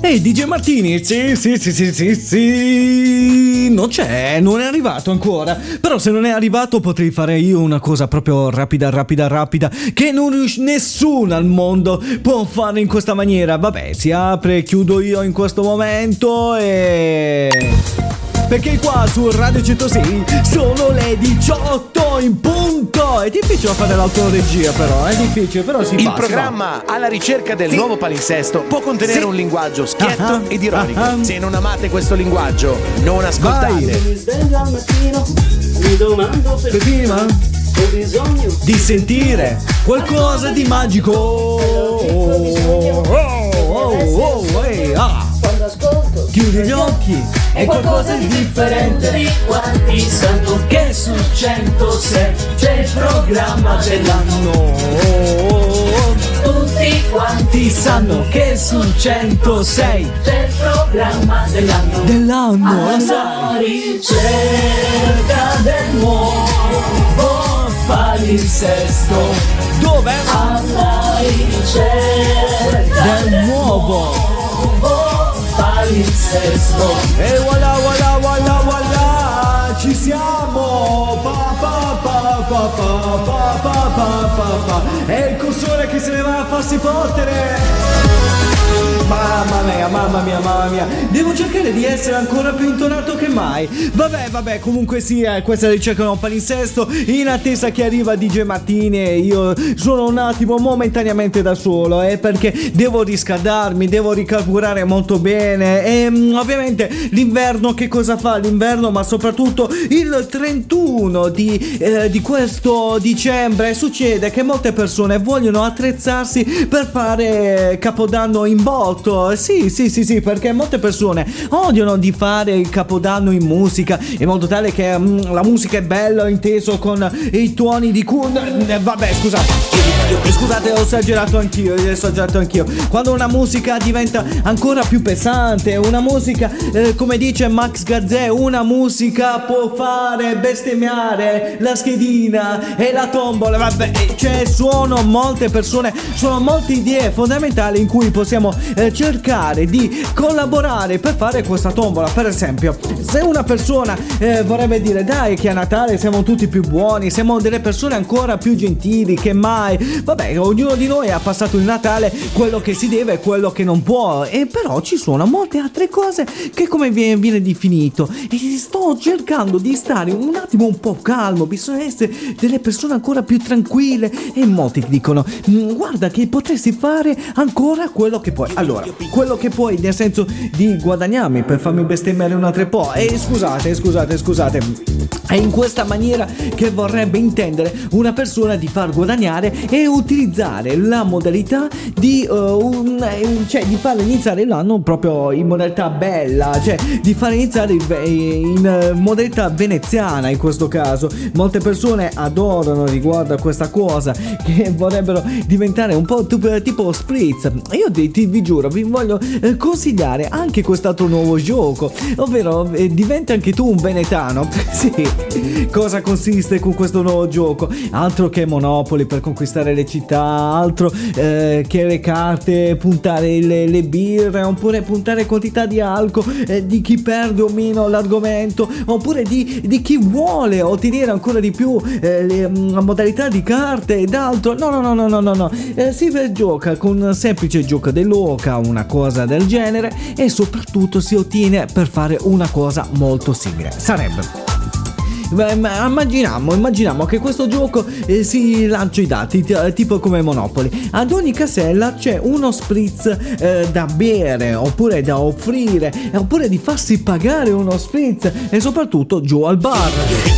Ehi, DJ Martini, sì, non c'è, non è arrivato ancora. Però se non è arrivato potrei fare io una cosa proprio rapida, che nessuno al mondo può fare in questa maniera. Vabbè, si apre, chiudo io in questo momento perché qua su Radio 106 sono le 18 in punto. È difficile fare l'autoregia, però è difficile, però si Il programma alla ricerca del nuovo palinsesto può contenere un linguaggio schietto ed ironico. Se non amate questo linguaggio, non ascoltate. Mi sveglio al mattino, mi domando perché ho bisogno di sentire qualcosa di magico. Quando ascolto, chiudi gli occhi, è qualcosa di differente. Tutti quanti sanno che su 106 c'è il programma dell'anno. Tutti quanti sanno che su 106 c'è il programma dell'anno. Alla ricerca del nuovo palinsesto. Dove? Alla ricerca del nuovo palinsesto. E voilà, ci siamo. È il cursore che se ne va a farsi fottere. Mamma mia. Devo cercare di essere ancora più intonato che mai. Vabbè, comunque sia, questa è la ricerca di un palinsesto. In attesa che arriva DJ Martini, io sono un attimo momentaneamente da solo, perché devo riscaldarmi, devo ricarburare molto bene. E ovviamente l'inverno, che cosa fa l'inverno? Ma soprattutto il 31 di questo dicembre succede che molte persone vogliono attrezzarsi per fare Capodanno in botto. Sì, perché molte persone odiano di fare il Capodanno in musica, in modo tale che la musica è bella, inteso con i tuoni di vabbè, scusate, ho esagerato anch'io. Quando una musica diventa ancora più pesante, una musica, come dice Max Gazzè, una musica può fare bestemmiare la schedina e la tombola. Vabbè, sono molte persone, sono molte idee fondamentali in cui possiamo cercare di collaborare per fare questa tombola. Per esempio, se una persona vorrebbe dire dai che a Natale siamo tutti più buoni, siamo delle persone ancora più gentili che mai. Vabbè, ognuno di noi ha passato il Natale, quello che si deve e quello che non può, e però ci sono molte altre cose che come viene definito, e sto cercando di stare un attimo un po' calmo. Bisogna essere delle persone ancora più tranquille, e molti dicono guarda che potresti fare ancora quello che puoi. Allora, quello che puoi nel senso di guadagnarmi per farmi bestemmiare un altro po'. E scusate, è in questa maniera che vorrebbe intendere una persona di far guadagnare e utilizzare la modalità di di far iniziare l'anno proprio in modalità bella, cioè di far iniziare in modalità veneziana. In questo caso molte persone adorano riguardo a questa cosa, che vorrebbero diventare un po' tipo spritz. Io vi giuro, vi voglio consigliare anche quest'altro nuovo gioco, ovvero diventa anche tu un venetano. Sì, cosa consiste con questo nuovo gioco? Altro che Monopoli per conquistare le città, altro che le carte, puntare le birre, oppure puntare quantità di alcol, di chi perde o meno l'argomento, oppure di chi vuole ottenere ancora di più la modalità di carte ed altro. No. Si gioca con un semplice gioco dell'oca, una cosa del genere, e soprattutto si ottiene per fare una cosa molto simile. Sarebbe immaginiamo che questo gioco si lancia i dati tipo come Monopoli. Ad ogni casella c'è uno spritz da bere, oppure da offrire, oppure di farsi pagare uno spritz, e soprattutto giù al bar.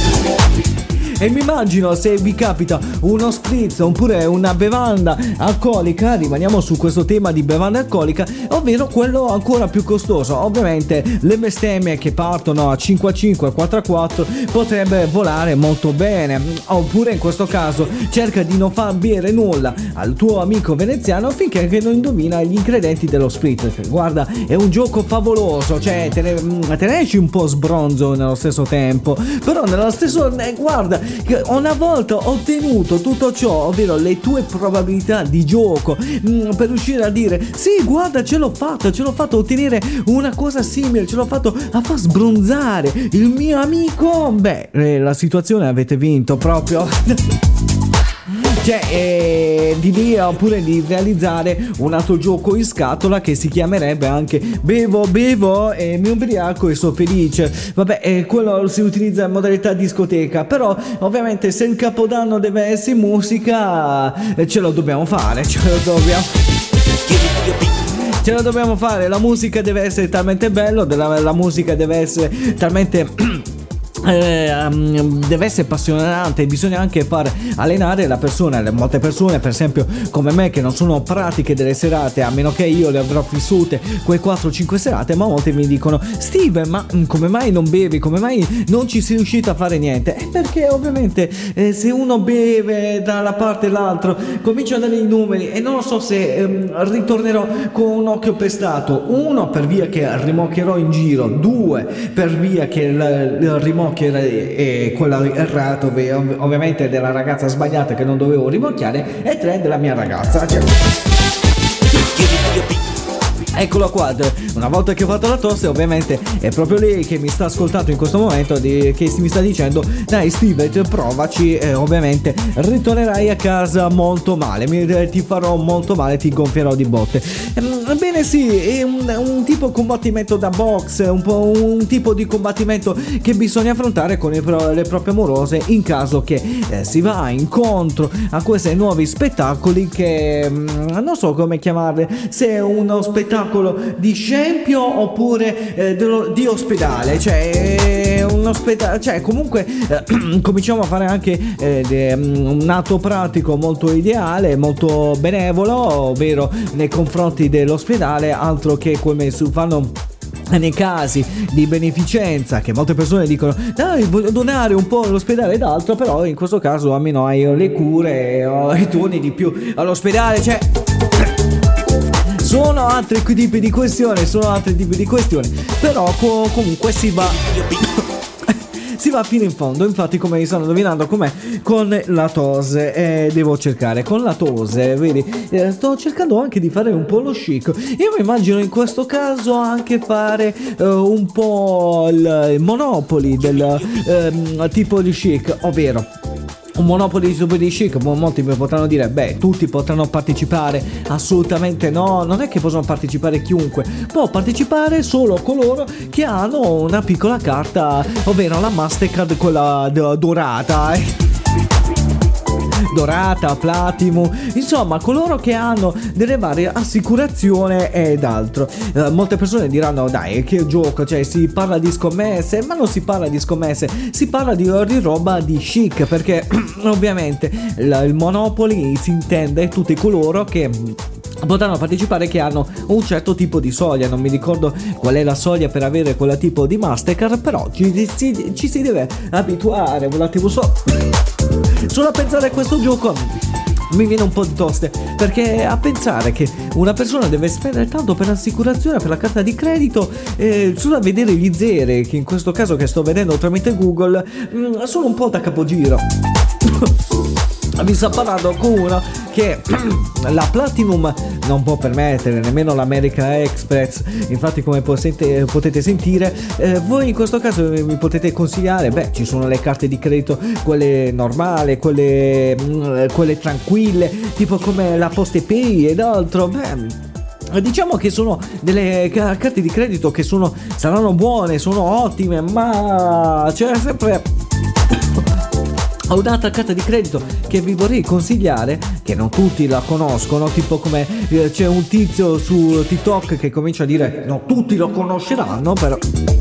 E mi immagino, se vi capita uno spritz oppure una bevanda alcolica, rimaniamo su questo tema di bevanda alcolica, ovvero quello ancora più costoso. Ovviamente le bestemmie che partono a 5 a 4 a 4 potrebbe volare molto bene. Oppure in questo caso cerca di non far bere nulla al tuo amico veneziano finché non indovina gli ingredienti dello spritz. Guarda, è un gioco favoloso, cioè te ne esci un po' sbronzo nello stesso tempo, però nello stesso guarda, una volta ottenuto tutto ciò, ovvero le tue probabilità di gioco, per riuscire a dire sì, guarda, ce l'ho fatto ottenere una cosa simile, ce l'ho fatto a far sbronzare il mio amico, beh, la situazione avete vinto proprio. Cioè, di lì oppure di realizzare un altro gioco in scatola che si chiamerebbe anche bevo e mi ubriaco e sono felice. Vabbè, quello si utilizza in modalità discoteca, però ovviamente se il capodanno deve essere musica, ce lo dobbiamo fare, ce lo dobbiamo fare. La musica deve essere talmente bella, la musica deve essere talmente deve essere appassionante. Bisogna anche far allenare la persona. Molte persone, per esempio come me, che non sono pratiche delle serate, a meno che io le avrò vissute quei 4-5 serate, ma molti mi dicono: Steve, ma come mai non bevi, come mai non ci sei riuscito a fare niente? Perché ovviamente se uno beve da una parte e l'altro comincia a dare i numeri, e non lo so se ritornerò con un occhio pestato, 1 per via che rimocchierò in giro, 2 per via che il rimocchio è quello errato, ovviamente della ragazza sbagliata che non dovevo rimocchiare, e 3 della mia ragazza. Eccolo qua, una volta che ho fatto la tosse, ovviamente è proprio lei che mi sta ascoltando in questo momento, che mi sta dicendo: dai Steve, provaci, ovviamente ritornerai a casa molto male, ti farò molto male, ti gonfierò di botte. Bene, sì, è un tipo di combattimento da box, un po' un tipo di combattimento che bisogna affrontare con le proprie amorose, in caso che si va incontro a questi nuovi spettacoli che non so come chiamarli, se è uno spettacolo di scempio oppure di ospedale, un ospedale, cioè comunque cominciamo a fare anche un atto pratico molto ideale, molto benevolo, ovvero nei confronti dell'ospedale, altro che come fanno nei casi di beneficenza, che molte persone dicono: dai, voglio donare un po' all'ospedale ed altro, però in questo caso almeno hai le cure e torni di più all'ospedale, cioè sono altri tipi di questioni, però comunque si va fino in fondo. Infatti, come mi stanno indovinando com'è con la tose, devo cercare con la tose, vedi, sto cercando anche di fare un po' lo chic. Io mi immagino in questo caso anche fare un po' il Monopoly del tipo di chic, ovvero un Monopoly di chic. Molti mi potranno dire: beh, tutti potranno partecipare. Assolutamente no, non è che possono partecipare chiunque, può partecipare solo coloro che hanno una piccola carta, ovvero la Mastercard, quella dorata, Platinum, insomma coloro che hanno delle varie assicurazioni ed altro. Molte persone diranno: dai, che gioco, cioè si parla di scommesse, ma non si parla di scommesse, si parla di roba di chic, perché ovviamente il Monopoly si intende tutti coloro che potranno partecipare, che hanno un certo tipo di soglia. Non mi ricordo qual è la soglia per avere quella tipo di Mastercard, però ci si deve abituare un attimo. Solo a pensare a questo gioco mi viene un po' di toste, perché a pensare che una persona deve spendere tanto per l'assicurazione, per la carta di credito, solo a vedere gli zeri, che in questo caso che sto vedendo tramite Google, sono un po' da capogiro. Vi sto parlando con uno che la Platinum non può permettere, nemmeno l'American Express. Infatti, come potete sentire, voi in questo caso mi potete consigliare, beh, ci sono le carte di credito, quelle normali, quelle tranquille, tipo come la PostePay ed altro. Beh, diciamo che sono delle carte di credito che saranno buone, sono ottime, ma c'è sempre un'altra carta di credito che vi vorrei consigliare, che non tutti la conoscono, tipo come c'è un tizio su TikTok che comincia a dire: non tutti lo conosceranno, però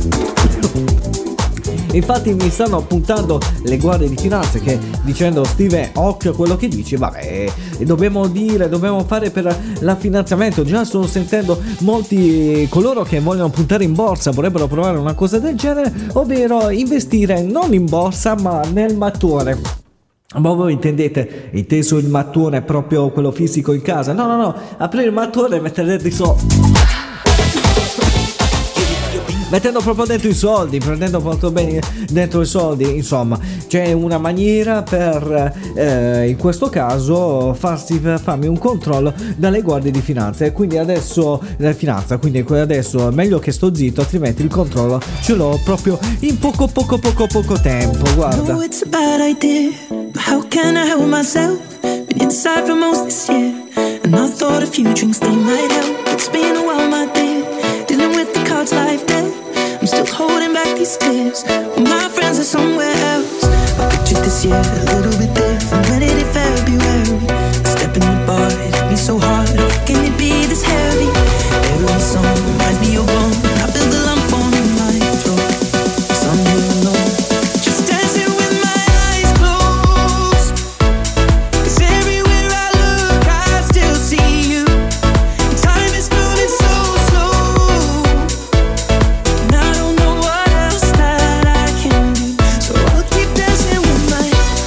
infatti mi stanno puntando le guardie di finanza, che dicendo: Steve, occhio a quello che dici, vabbè, dobbiamo fare per la finanziamento. Già sto sentendo molti coloro che vogliono puntare in borsa, vorrebbero provare una cosa del genere, ovvero investire non in borsa ma nel mattone. Ma voi intendete, inteso il mattone proprio quello fisico in casa? No, aprire il mattone e mettere dentro i soldi. mettendo proprio dentro i soldi, prendendo molto bene dentro i soldi. Insomma, c'è una maniera per in questo caso farmi un controllo dalle guardie di finanza, e quindi adesso adesso è meglio che sto zitto, altrimenti il controllo ce l'ho proprio in poco tempo. Guarda. No, it's a bad idea, but how can I help myself? Been inside for most this year, and I thought a few drinks they might help. It's been a while, my dear, dealing with the cards life dealt. I'm still holding back these tears, when my friends are somewhere else. I pictured this year a little bit different when it hit February. Step in the bar, it hit me so hard. Can it be this heavy? Every song reminds me of home. I feel the lump on my throat. Some here alone, just dancing with my eyes closed. 'Cause everywhere I look, I still see you. Time is moving so slow, and I don't know what else that I can do. So I'll keep dancing with my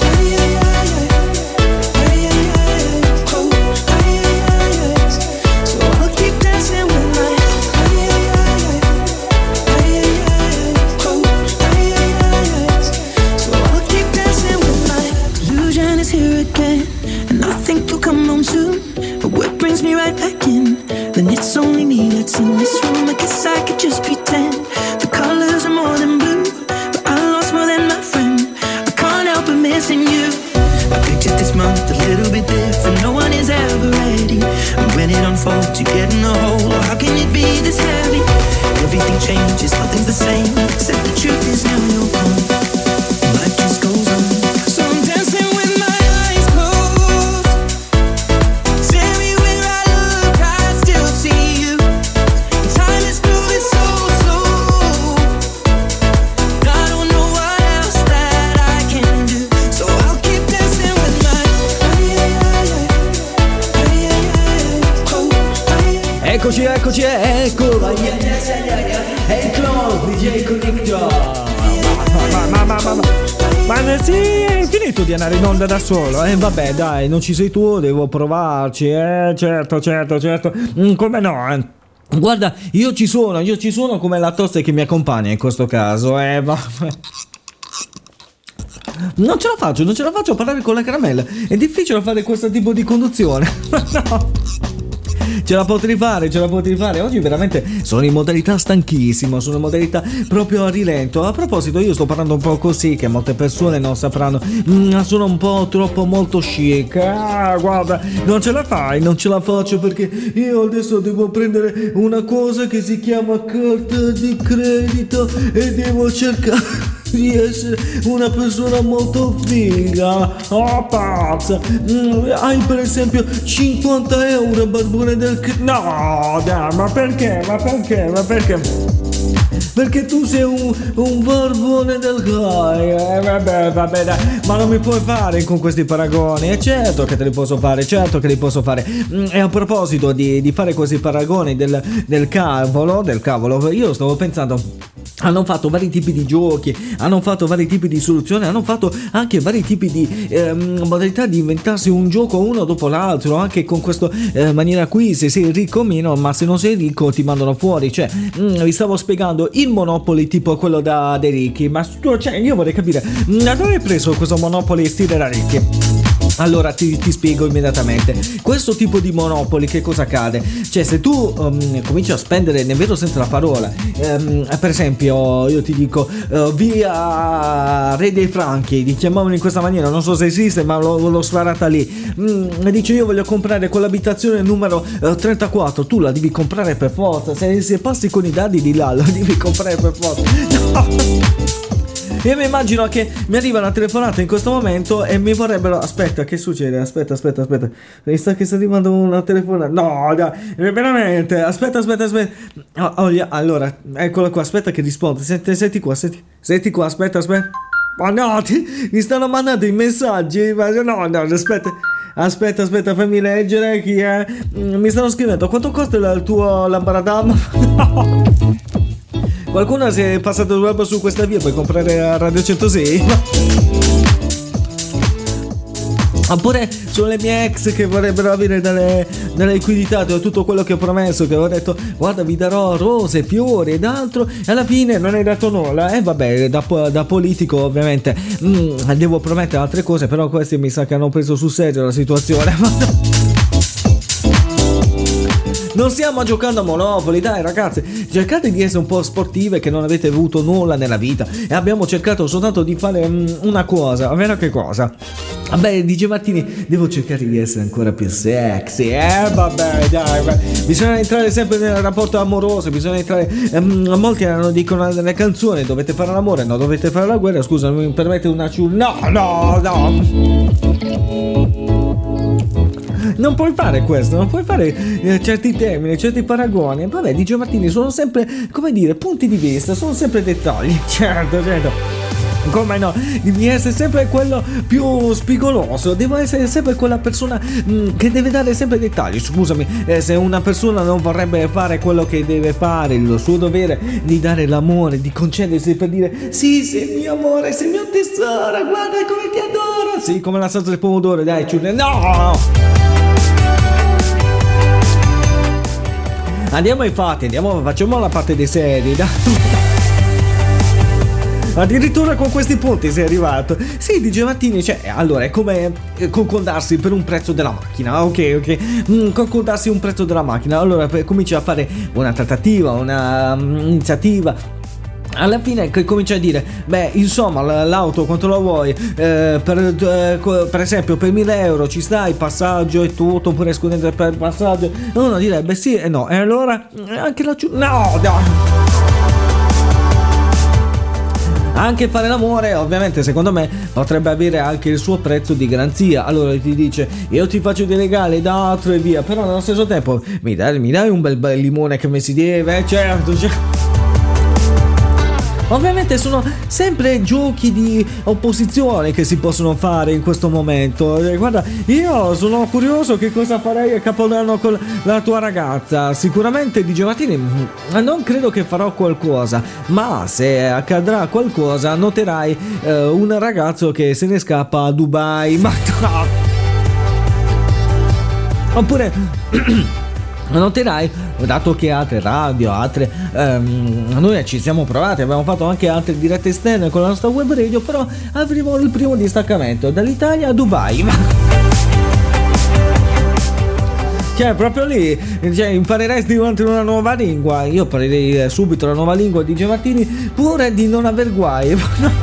So I'll keep dancing with my So I'll keep dancing with my delusion is here again, and I think you'll come home soon. But what brings me right back in? Then it's only me that's in this room. I guess I could just pretend the colors are more than blue, but I lost more than my friend. I can't help but missing you. I pictured this month a little bit different. No one is ever ready, and when it unfolds, you get in a hole. Oh, how can it be this heavy? Everything changes, nothing's the same, except the truth is now you're gone. Life just goes on. So I'm dancing with my eyes closed. 'Cause everywhere I look, I still see you. Time is moving so slow, I don't know what else that I can do. So I'll keep dancing with my Eccoci, ecco. Hey Close, DJ Connector. Ma sì, è finito di andare in onda da solo. Vabbè, dai, non ci sei tu, devo provarci. Certo. Come no? Guarda, io ci sono come la tosse che mi accompagna in questo caso. Non ce la faccio a parlare con la caramella. È difficile fare questo tipo di conduzione. No. Ce la potrei fare. Oggi veramente sono in modalità stanchissimo, sono in modalità proprio a rilento. A proposito, io sto parlando un po' così, che molte persone non sapranno. Sono un po' troppo molto chic. Guarda, non ce la faccio, perché io adesso devo prendere una cosa che si chiama carta di credito e devo cercare di essere una persona molto figa. Pazza. Hai per esempio 50 euro, barbone del no, dai, ma perché? Perché tu sei un barbone del vabbè dai, ma non mi puoi fare con questi paragoni. Certo che te li posso fare. E a proposito di fare questi paragoni del cavolo, io stavo pensando, hanno fatto vari tipi di giochi, hanno fatto vari tipi di soluzioni, hanno fatto anche vari tipi di modalità di inventarsi un gioco uno dopo l'altro, anche con questa maniera qui. Se sei ricco o meno, ma se non sei ricco ti mandano fuori. Cioè, vi stavo spiegando il Monopoly tipo quello dei ricchi, ma cioè, io vorrei capire da dove hai preso questo Monopoly stile da ricchi. Allora ti spiego immediatamente. Questo tipo di Monopoli che cosa accade? Cioè, se tu cominci a spendere nel vero senso della parola, per esempio io ti dico via Re dei Franchi, li chiamavano in questa maniera, non so se esiste, ma l'ho sparata lì. Dice io voglio comprare quell'abitazione numero 34, tu la devi comprare per forza, se passi con i dadi di là la devi comprare per forza. No. Io mi immagino che mi arriva una telefonata in questo momento e mi vorrebbero... Aspetta, che succede? Aspetta. Mi sta che sta arrivando una telefonata. No, dai, veramente. Aspetta. Allora, eccola qua, aspetta che rispondo. Senti qua, aspetta. Ma no, mi stanno mandando i messaggi. No, aspetta, fammi leggere chi è. Mi stanno scrivendo, quanto costa il tuo Lambaradam? No. Qualcuno si è passato il web su questa via, puoi comprare a Radio 106? Oppure sono le mie ex che vorrebbero avere delle liquidità da tutto quello che ho promesso, che ho detto guarda vi darò rose, fiori ed altro, e alla fine non hai dato nulla. E vabbè, da politico ovviamente devo promettere altre cose, però questi mi sa che hanno preso sul serio la situazione. Non stiamo giocando a Monopoli, dai ragazzi, cercate di essere un po' sportive, che non avete avuto nulla nella vita e abbiamo cercato soltanto di fare una cosa, ovvero che cosa? Vabbè, DJ Martini, devo cercare di essere ancora più sexy, vabbè, dai, bisogna entrare sempre nel rapporto amoroso, bisogna entrare, molti dicono nelle canzoni, dovete fare l'amore, no, dovete fare la guerra, scusa, mi permette una no. Non puoi fare questo, non puoi fare certi termini, certi paragoni. Vabbè, DJ Martini, sono sempre, come dire, punti di vista, sono sempre dettagli. Certo. Come no, devi essere sempre quello più spigoloso, devo essere sempre quella persona che deve dare sempre dettagli. Scusami, se una persona non vorrebbe fare quello che deve fare, il suo dovere di dare l'amore, di concedersi per dire sì, sei mio amore, sei mio tesoro, guarda come ti adoro. Sì, come la salsa di pomodoro, dai, no! Andiamo ai fatti, facciamo la parte dei seri, dai. Addirittura con questi punti sei arrivato. Sì, DJ Martini, cioè, allora è come concordarsi per un prezzo della macchina. Ok. Concordarsi un prezzo della macchina. Allora cominci a fare una trattativa, una iniziativa. Alla fine comincia a dire beh, insomma, l'auto quanto la vuoi, per esempio per 1.000 euro ci sta il passaggio e tutto, oppure escludente per il passaggio. Uno direbbe sì e no, e allora anche la no, dai. Anche fare l'amore, ovviamente, secondo me potrebbe avere anche il suo prezzo di garanzia. Allora ti dice io ti faccio dei regali ed altro e via, però nello stesso tempo mi dai un bel limone che mi si deve, certo. Ovviamente sono sempre giochi di opposizione che si possono fare in questo momento. Guarda, io sono curioso che cosa farei a Capodanno con la tua ragazza. Sicuramente DJ Martini non credo che farò qualcosa, ma se accadrà qualcosa noterai un ragazzo che se ne scappa a Dubai. Ma oppure noterai, dato che altre radio, noi ci siamo provati, abbiamo fatto anche altre dirette esterne con la nostra web radio, però avremo il primo distaccamento dall'Italia a Dubai. Cioè, proprio lì, cioè, impareresti una nuova lingua. Io imparerei subito la nuova lingua di DJ Martini, pure di non aver guai.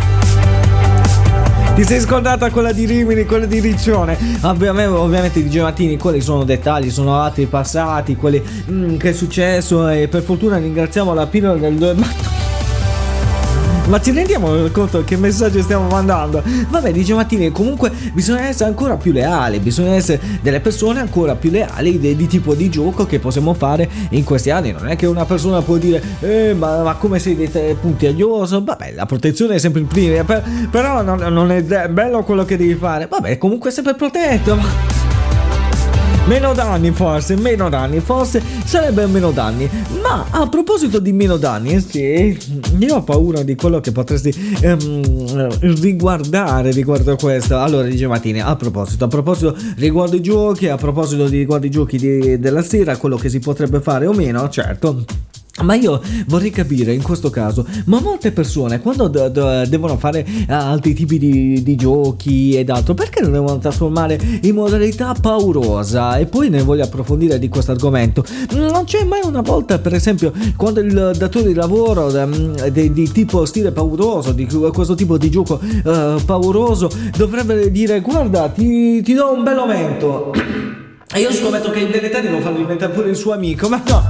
Ti sei scordata quella di Rimini, quella di Riccione. Ovviamente DJ Martini, quelli sono dettagli, sono altri passati, quelli che è successo, e per fortuna ringraziamo la pillola del ma ci rendiamo conto che messaggio stiamo mandando? Vabbè, DJ Martini, comunque bisogna essere ancora più leali, bisogna essere delle persone ancora più leali di tipo di gioco che possiamo fare in questi anni. Non è che una persona può dire ma come sei puntiglioso. Vabbè, la protezione è sempre il primo, però non è bello quello che devi fare. Vabbè, comunque è sempre protetto. Meno danni forse sarebbe meno danni. Ma a proposito di meno danni, sì, io ho paura di quello che potresti riguardare riguardo a questo. Allora DJ Martini, a proposito riguardo i giochi, riguardo i giochi della sera, quello che si potrebbe fare o meno, certo. Ma io vorrei capire in questo caso, ma molte persone quando devono fare altri tipi di giochi ed altro, perché non devono trasformare in modalità paurosa? E poi ne voglio approfondire di questo argomento. Non c'è mai una volta, per esempio, quando il datore di lavoro di tipo stile pauroso, di questo tipo di gioco pauroso, dovrebbe dire guarda, ti do un bel aumento. E io scommetto che il Benetani lo fanno diventare pure il suo amico, ma no.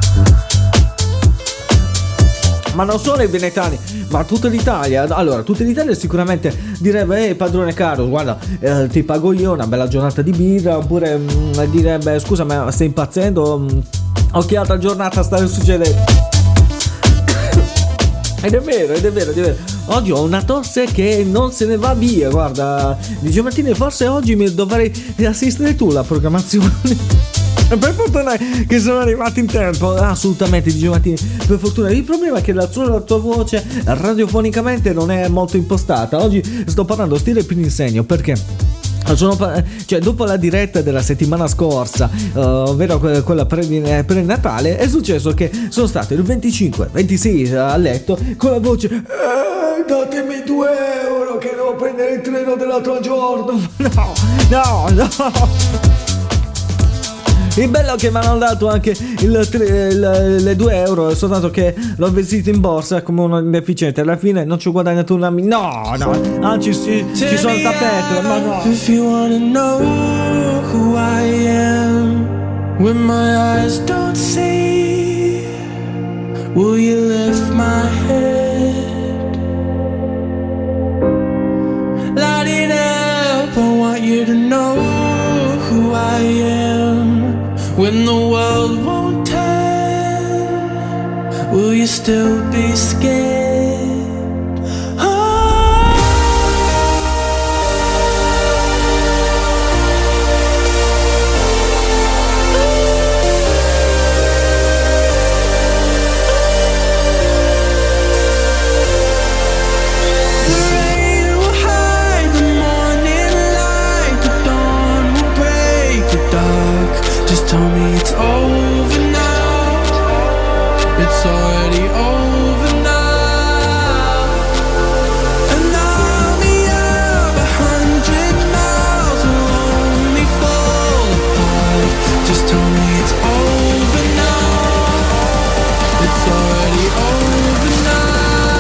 Ma non solo i venetani, ma tutta l'Italia. Allora, tutta l'Italia sicuramente direbbe padrone caro, guarda, ti pago io una bella giornata di birra. Oppure direbbe scusa, ma stai impazzendo? O che altra giornata sta succedendo? Ed è vero. Oggi ho una tosse che non se ne va via. Guarda, DJ Martini, forse oggi mi dovrei assistere tu alla programmazione. Per fortuna che sono arrivato in tempo. Assolutamente DJ Martini, per fortuna. Il problema è che la tua voce radiofonicamente non è molto impostata. Oggi sto parlando stile Pininsegno perché cioè dopo la diretta della settimana scorsa, ovvero quella pre-Natale, è successo che sono stato il 25-26 a letto con la voce datemi 2 euro che devo prendere il treno dell'altro giorno. No. Il bello è che mi hanno dato anche le 2 euro, soltanto che l'ho investito in borsa come un inefficiente. Alla fine non ci ho guadagnato una no, anzi ci sono tappete, ma no. If you wanna know who I am when my eyes don't see, will you lift my head? Light it up, I want you to know who I am. When the world won't turn, will you still be scared? Tell me it's over now. It's already over now. An army of 100 miles will only fall apart. Just tell me it's over now. It's already over now.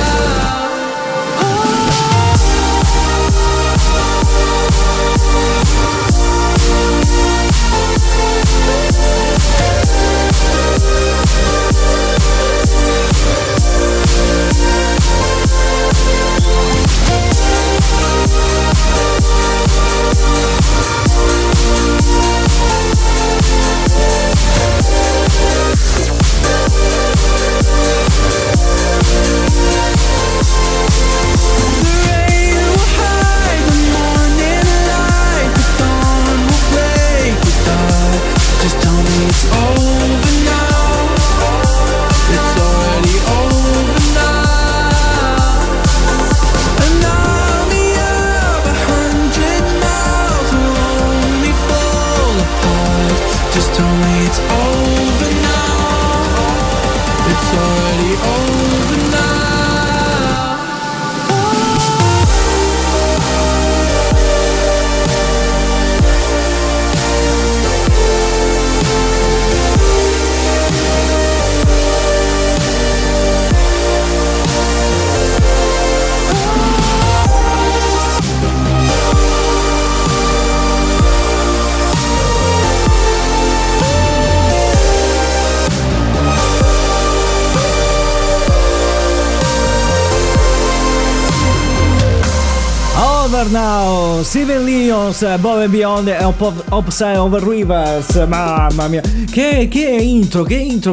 Now, Steven Leons, Above and Beyond e Upside Over Rivers. Mamma mia, che intro,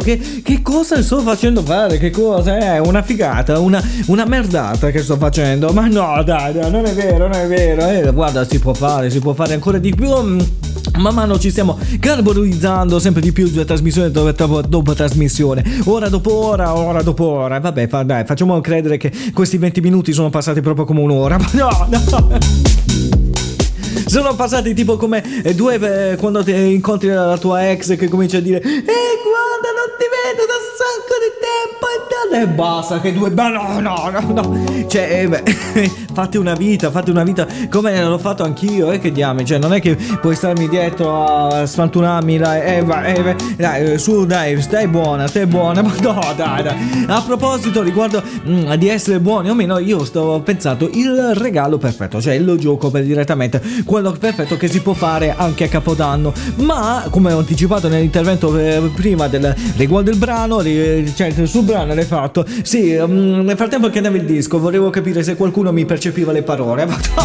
che cosa sto facendo fare? Che cosa è? Una figata, una merdata che sto facendo. Ma no, dai, non è vero. Guarda, si può fare ancora di più. Man mano ci stiamo carbonizzando sempre di più, trasmissione dopo trasmissione, ora dopo ora. Vabbè, dai, facciamo credere che questi 20 minuti sono passati proprio come un'ora. Ma no. Sono passati tipo come quando incontri la tua ex che comincia a dire guarda, non ti vedo da un sacco di tempo e basta che no. Cioè fate una vita come l'ho fatto anch'io, che diamine, cioè non è che puoi starmi dietro a sfantunarmi, dai, su, dai, stai buona, ma no, dai. A proposito, riguardo di essere buoni o meno, io sto pensando il regalo perfetto, cioè il gioco per direttamente quello perfetto che si può fare anche a Capodanno. Ma come ho anticipato nell'intervento prima riguardo il brano, cioè sul brano l'hai fatto, sì, nel frattempo che andava il disco volevo capire se qualcuno mi percepiva le parole.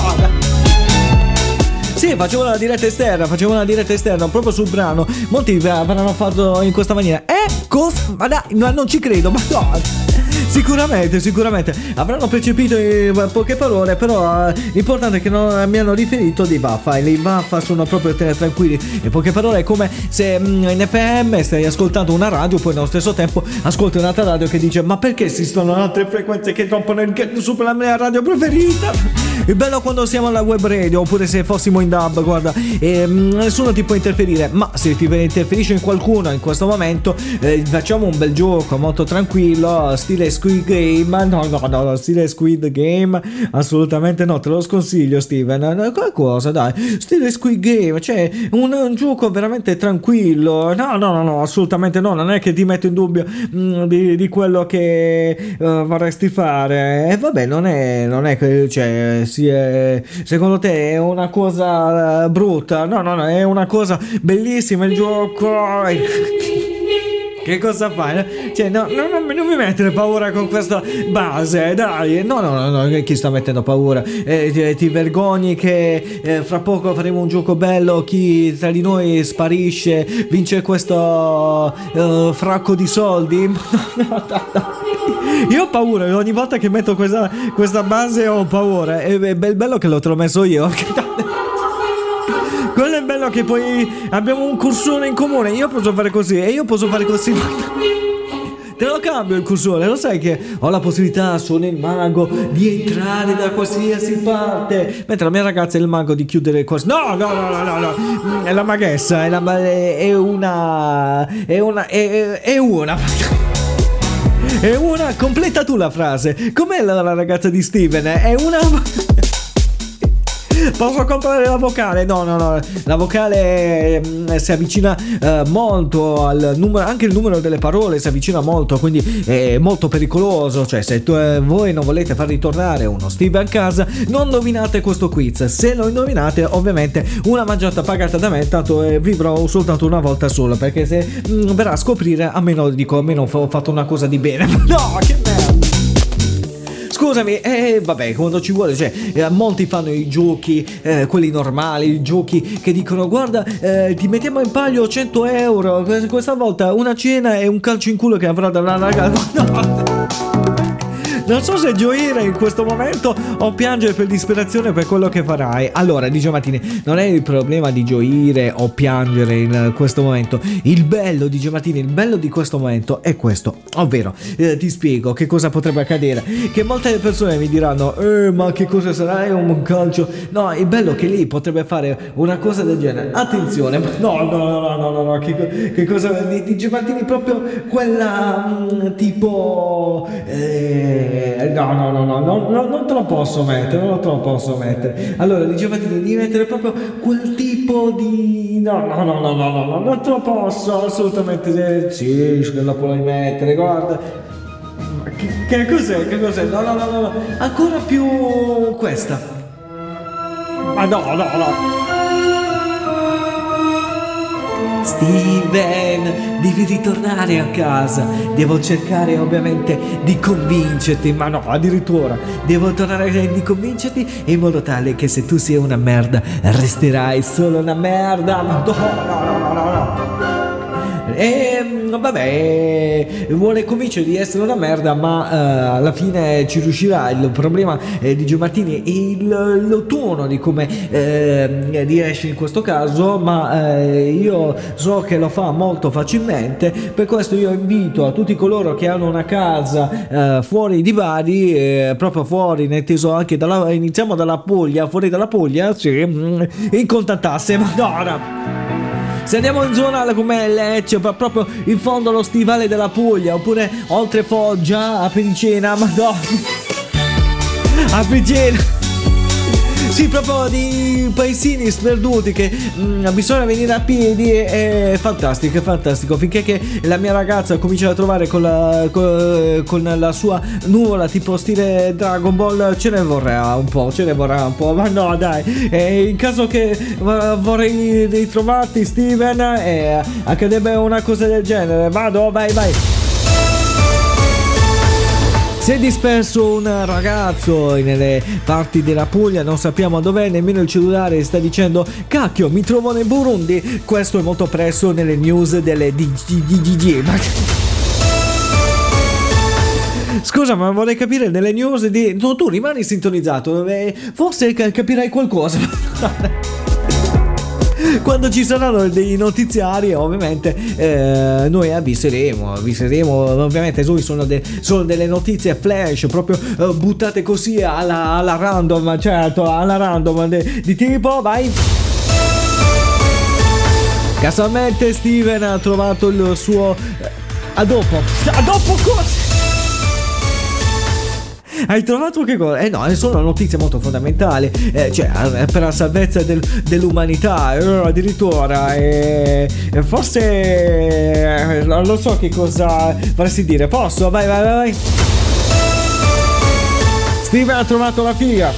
Sì, facevo una diretta esterna proprio sul brano. Molti avranno fatto in questa maniera. Cosa? Ma dai, non ci credo, ma no. Sicuramente avranno percepito poche parole, però l'importante è che non mi hanno riferito dei vaffa, e i vaffa sono proprio tranquilli. In poche parole è come se in FM stai ascoltando una radio, poi nello stesso tempo ascolti un'altra radio che dice ma perché esistono altre frequenze che rompono il ghetto su per la mia radio preferita? Il bello quando siamo alla web radio, oppure se fossimo in dub, guarda, nessuno ti può interferire, ma se ti interferisce in qualcuno in questo momento, facciamo un bel gioco molto tranquillo, stile Squid Game. No, stile Squid Game assolutamente no, te lo sconsiglio, Steven. Qualcosa, dai, stile Squid Game, cioè un gioco veramente tranquillo. No, assolutamente no, non è che ti metto in dubbio di quello che vorresti fare. E vabbè, non è che, cioè, secondo te è una cosa brutta? No, è una cosa bellissima il gioco. Che cosa fai? Cioè, non mi mettere paura con questa base, dai. No, chi sta mettendo paura? Ti vergogni che fra poco faremo un gioco bello, chi tra di noi sparisce vince questo fracco di soldi? Io ho paura, ogni volta che metto questa base ho paura. È bello che te l'ho messo io. Quello è bello che poi abbiamo un cursore in comune. Io posso fare così e io posso fare così. Te lo cambio il cursore, lo sai che ho la possibilità, sono il mago, di entrare da qualsiasi parte, mentre la mia ragazza è il mago di chiudere cose. No, è la maghessa, è una, completa tu la frase. Com'è la ragazza di Steven? È una... Posso comprare la vocale? No, la vocale si avvicina molto al numero, anche il numero delle parole si avvicina molto, quindi è molto pericoloso. Cioè, se voi non volete far ritornare uno Steve a casa, non indovinate questo quiz. Se lo indovinate, ovviamente una mangiata pagata da me, tanto vivrò soltanto una volta sola, perché se verrà a scoprire, a meno ho fatto una cosa di bene. No, che merda. Scusami, vabbè, quando ci vuole, cioè, molti fanno i giochi, quelli normali, i giochi che dicono, guarda, ti mettiamo in palio 100 euro, questa volta una cena e un calcio in culo che avrà dalla ragazza. No. Non so se gioire in questo momento o piangere per disperazione per quello che farai. Allora, DJ Mattini, non è il problema di gioire o piangere in questo momento. Il bello, DJ Mattini, il bello di questo momento è questo. Ovvero, ti spiego che cosa potrebbe accadere. Che molte persone mi diranno, ma che cosa sarà? È un calcio? No, il bello è che lì potrebbe fare una cosa del genere. Attenzione, no, che cosa? DJ Mattini, proprio quella tipo... No, non te lo posso mettere, Allora, dicevate di mettere proprio quel tipo di... No, non te lo posso, assolutamente. Sì, lo puoi mettere, guarda. Che cos'è? No, ancora più questa. Ma no. Steven, devi ritornare a casa. Devo cercare ovviamente di convincerti. Ma no, addirittura devo tornare di convincerti in modo tale che se tu sei una merda resterai solo una merda. Ma no. E vabbè, vuole convincere di essere una merda, ma alla fine ci riuscirà. Il problema di Gio Martini è il tono di come riesce in questo caso, ma io so che lo fa molto facilmente. Per questo io invito a tutti coloro che hanno una casa fuori di Bari, proprio fuori, nel teso anche iniziamo dalla Puglia, fuori dalla Puglia, sì, in contattasse. Madonna, se andiamo in zona come Lecce, proprio in fondo allo stivale della Puglia, oppure oltre Foggia, a Pericena, madonna, a Pericena, sì, proprio di paesini sperduti che bisogna venire a piedi. È fantastico, finché che la mia ragazza comincia a trovare con la sua nuvola tipo stile Dragon Ball, ce ne vorrà un po', ma no, dai, in caso che vorrei ritrovarti, Steven, accadrebbe una cosa del genere. Vado, vai. Si è disperso un ragazzo nelle parti della Puglia, non sappiamo dov'è, nemmeno il cellulare sta dicendo cacchio, mi trovo nel Burundi. Questo è molto presto nelle news delle DGG. Scusa, ma vorrei capire nelle news di... No, tu rimani sintonizzato, forse capirai qualcosa. Quando ci saranno dei notiziari, ovviamente noi avviseremo. Ovviamente sono delle notizie flash, proprio buttate così alla random, certo, alla random di tipo, vai. Casualmente Steven ha trovato il suo... A dopo cosa? Hai trovato che cosa? No, sono notizie molto fondamentali, cioè per la salvezza dell'umanità, addirittura, forse non lo so che cosa vorresti dire. Posso? Vai. Steven ha trovato la figa.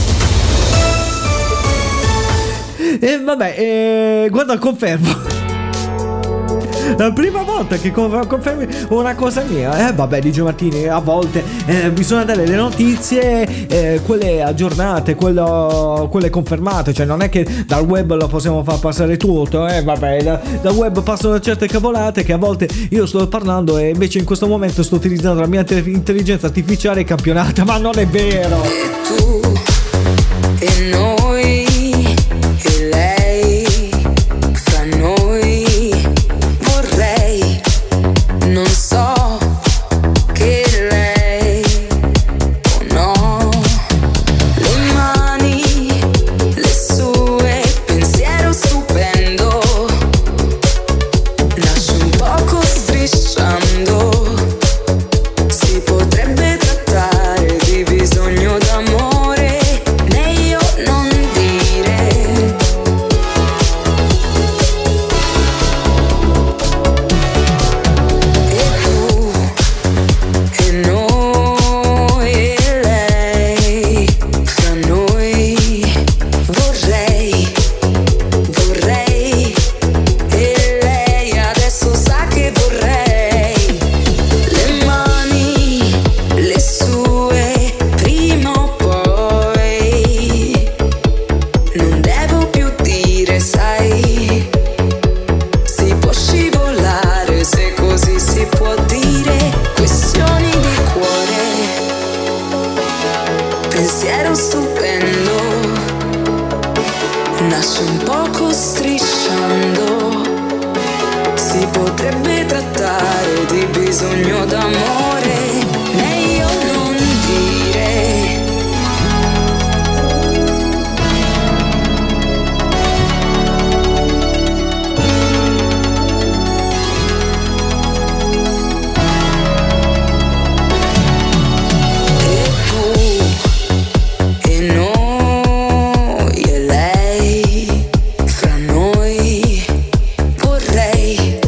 Guarda, confermo. La prima volta che confermi una cosa mia. DJ Martini, a volte bisogna dare le notizie, quelle aggiornate, quelle confermate. Cioè non è che dal web lo possiamo far passare tutto. Dal web passano certe cavolate che a volte io sto parlando e invece in questo momento sto utilizzando la mia intelligenza artificiale campionata. Ma non è vero. E tu e noi e lei, fra noi vorrei, non so che lei o no, le mani, le sue, pensiero stupendo, nasce un poco strisciando, si potrebbe trattare di bisogno d'amore, meglio non dire. E tu e noi e lei, fra noi vorrei, e lei adesso sa che vorrei, le mani, le sue, prima o poi, non devo più dire, sai, si può scivolare se così si può dire, questioni di cuore, pensiero stupendo, nasce un poco strisciando, si potrebbe trattare di bisogno d'amore, meglio non dire. E tu e noi e lei, fra noi vorrei,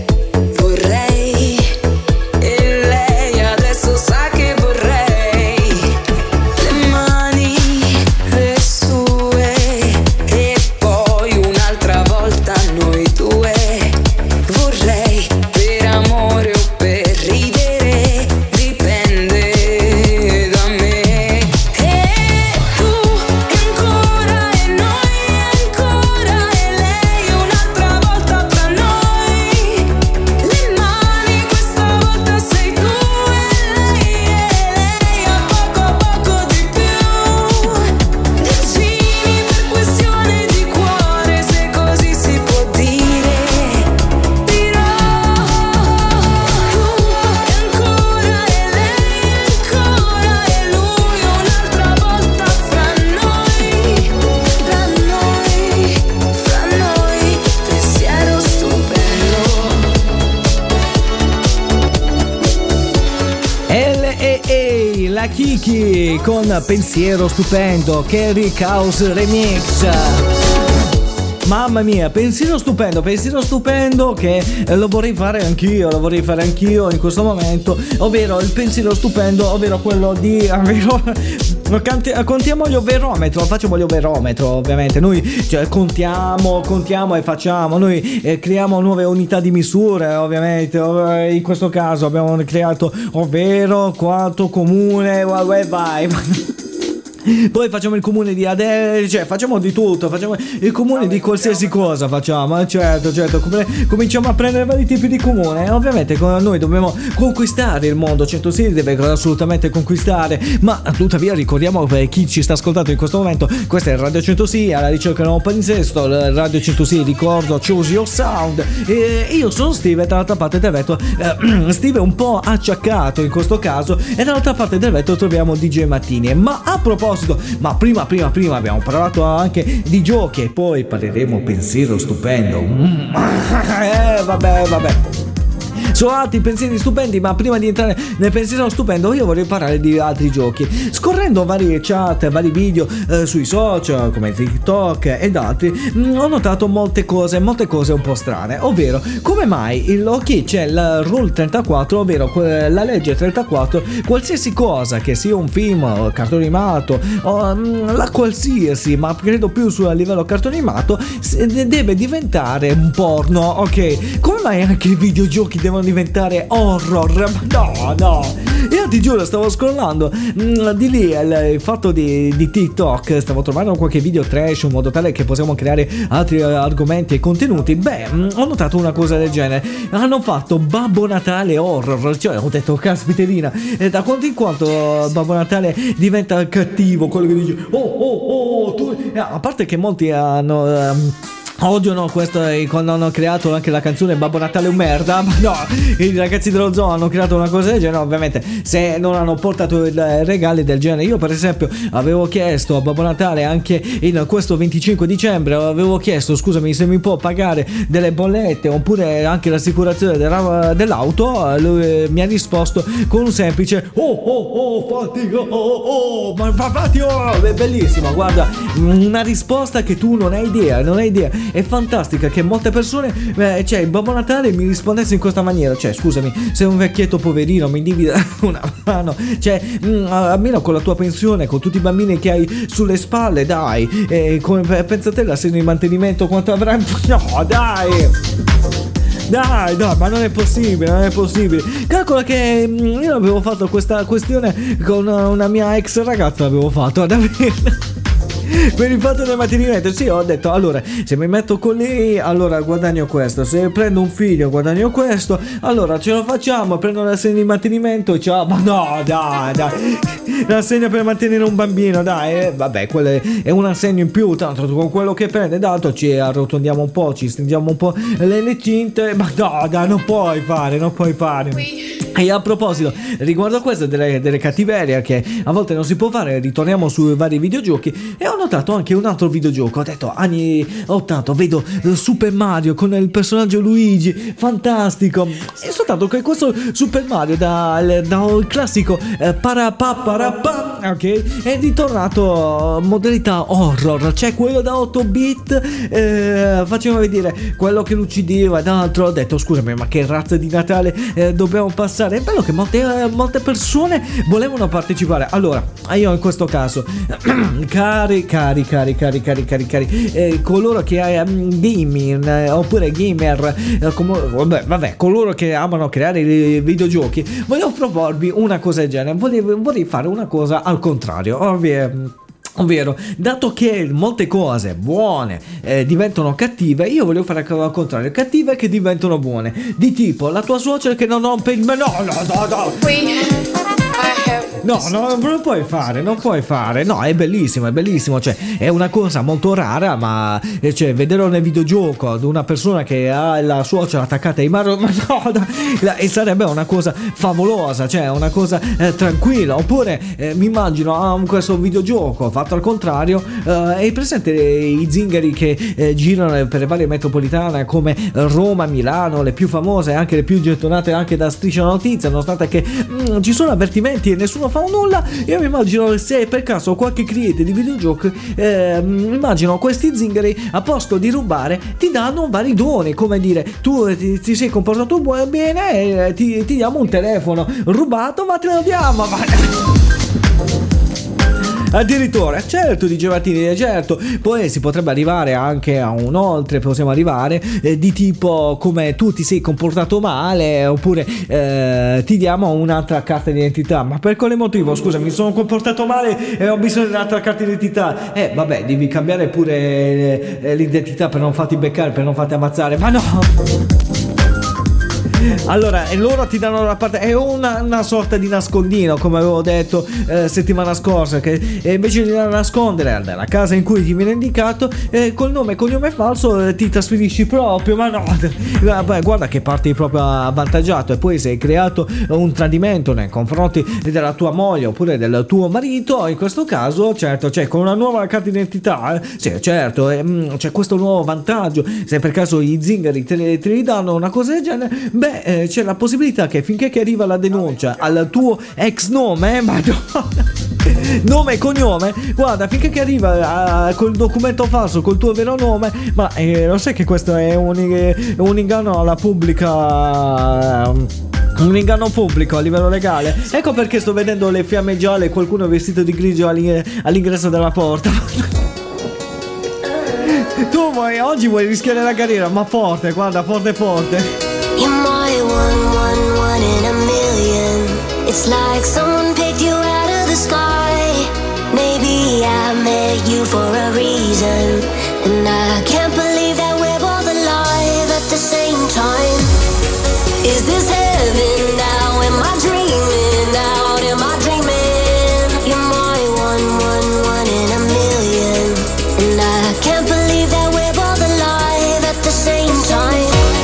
e lei adesso sa che vorrei, le mani, le sue, e poi un'altra volta noi due, vorrei, per amore o per ridere, dipende da me. E tu e ancora e noi ancora e lei un'altra volta fra noi, le mani questa volta sei tu e lei a poco di più, vicini per questione di cuore, se così si può dire, dirò tu e ancora e lei ancora e lui un'altra volta fra noi, pensiero stupendo. L.A.A. la Kiki con Pensiero Stupendo, Kerry House Remix. Mamma mia, pensiero stupendo che lo vorrei fare anch'io in questo momento, ovvero il pensiero stupendo, ovvero quello di contiamo gli overometro, facciamo gli overometro, ovviamente noi contiamo e facciamo, noi creiamo nuove unità di misura, ovviamente. In questo caso abbiamo creato ovvero quanto comune, vai. Poi facciamo il comune di Adele, cioè facciamo di tutto, facciamo il comune di qualsiasi cosa facciamo, certo, cominciamo a prendere vari tipi di comune. Ovviamente noi dobbiamo conquistare il mondo, 106 deve assolutamente conquistare, ma tuttavia ricordiamo per chi ci sta ascoltando in questo momento, questa è Radio 106 alla ricerca di un palinsesto, Radio 106 ricordo Choose Your Sound, e io sono Steve, dall'altra parte del vetro Steve è un po' acciaccato in questo caso, e dall'altra parte del vetro troviamo DJ Mattini. Ma a proposito, ma prima abbiamo parlato anche di giochi e poi parleremo pensiero stupendo. Vabbè. Sono altri pensieri stupendi, ma prima di entrare nel pensiero stupendo io vorrei parlare di altri giochi. Scorrendo varie chat, vari video sui social come TikTok ed altri, ho notato molte cose un po' strane, ovvero come mai c'è il Rule 34, ovvero la legge 34, qualsiasi cosa che sia un film, cartone animato o la qualsiasi, ma credo più a livello cartone animato, deve diventare un porno, ok? Come mai anche i videogiochi devono diventare horror? No, io ti giuro, stavo scrollando di lì il fatto di TikTok, stavo trovando qualche video trash in modo tale che possiamo creare altri argomenti e contenuti. Ho notato una cosa del genere, hanno fatto Babbo Natale horror, cioè ho detto caspiterina, da quanto in quanto Babbo Natale diventa cattivo, quello che dice tu, a parte che molti odiano questo, quando hanno creato anche la canzone Babbo Natale è un merda, ma no, i ragazzi dello zoo hanno creato una cosa del genere, ovviamente se non hanno portato regali del genere. Io per esempio avevo chiesto a Babbo Natale anche in questo 25 dicembre, avevo chiesto scusami se mi può pagare delle bollette oppure anche l'assicurazione dell'auto. Lui mi ha risposto con un semplice fatti, è bellissimo, guarda, una risposta che tu non hai idea. È fantastica che molte persone, cioè Babbo Natale mi rispondesse in questa maniera, cioè scusami, sei un vecchietto poverino, mi devi dare una mano, cioè almeno con la tua pensione, con tutti i bambini che hai sulle spalle, dai, pensa te l'assegno di mantenimento quanto avrai? No, dai, ma non è possibile. Calcola che io avevo fatto questa questione con una mia ex ragazza, l'avevo fatto davvero. Per il fatto del mantenimento, sì, ho detto allora se mi metto con lei allora guadagno questo, se prendo un figlio guadagno questo, allora ce lo facciamo, prendo l'assegno di mantenimento, ciao. Ma no, dai, l'assegno per mantenere un bambino, dai, vabbè, quello è un assegno in più, tanto con quello che prende tanto ci arrotondiamo un po', ci stringiamo un po' le cinte, ma no, dai, non puoi fare. E a proposito, riguardo a questo delle cattiverie che a volte non si può fare, ritorniamo sui vari videogiochi e ho notato anche un altro videogioco. Ho detto anni 80, vedo Super Mario con il personaggio Luigi, fantastico. E soltanto che questo Super Mario dal classico parapà, ok, è ritornato modalità horror, cioè quello da 8 bit, faceva vedere quello che lo uccideva ed altro. Ho detto scusami, ma che razza di Natale dobbiamo passare? È bello che molte persone volevano partecipare. Allora, io in questo caso cari coloro che gaming oppure gamer, coloro che amano creare i videogiochi, voglio proporvi una cosa del genere. Vorrei fare una cosa al contrario, ovvero, dato che molte cose buone diventano cattive, io voglio fare al contrario, cattive che diventano buone, di tipo la tua suocera che non rompe il No, non lo puoi fare, no, è bellissimo, cioè è una cosa molto rara, ma cioè vederlo nel videogioco ad una persona che ha la suocera attaccata ai ma no, e sarebbe una cosa favolosa, cioè una cosa tranquilla. Oppure mi immagino questo videogioco fatto al contrario, è presente i zingari che girano per le varie metropolitane come Roma, Milano, le più famose e anche le più gettonate anche da Striscia la Notizia, nonostante che ci sono avvertimenti e nessuno fa nulla. Io mi immagino se per caso qualche cliente di videogiochi, immagino questi zingari a posto di rubare ti danno vari doni, come dire tu ti sei comportato bene, ti diamo un telefono rubato ma te lo diamo. Addirittura, certo, dice Martini, certo. Poi si potrebbe arrivare anche a un oltre, possiamo arrivare di tipo come tu ti sei comportato male, oppure ti diamo un'altra carta d'identità. Ma per quale motivo? Scusa, mi sono comportato male e ho bisogno di un'altra carta d'identità. Vabbè, devi cambiare pure l'identità per non farti beccare, per non farti ammazzare. Ma no! Allora, e loro ti danno la parte, è una sorta di nascondino, come avevo detto settimana scorsa, che invece di nascondere nella casa in cui ti viene indicato, col nome e cognome falso ti trasferisci proprio. Ma no, guarda che parti proprio avvantaggiato, e poi se hai creato un tradimento nei confronti della tua moglie oppure del tuo marito, in questo caso, certo, cioè con una nuova carta d'identità, sì, certo, c'è questo nuovo vantaggio. Se per caso i zingari te li danno una cosa del genere, beh, c'è la possibilità che finché che arriva la denuncia al tuo ex nome, nome e cognome, guarda, finché che arriva col documento falso col tuo vero nome, ma lo sai che questo è un inganno alla pubblica, un inganno pubblico a livello legale. Ecco perché sto vedendo le fiamme gialle e qualcuno vestito di grigio all'ingresso della porta. Tu oggi vuoi rischiare la carriera, ma forte, guarda, forte. You're my one in a million. It's like someone picked you out of the sky. Maybe I met you for a reason, and I can't believe that we're both alive at the same time. Is this heaven now? Am I dreaming now? Am I dreaming? You're my one in a million, and I can't believe that we're both alive at the same time.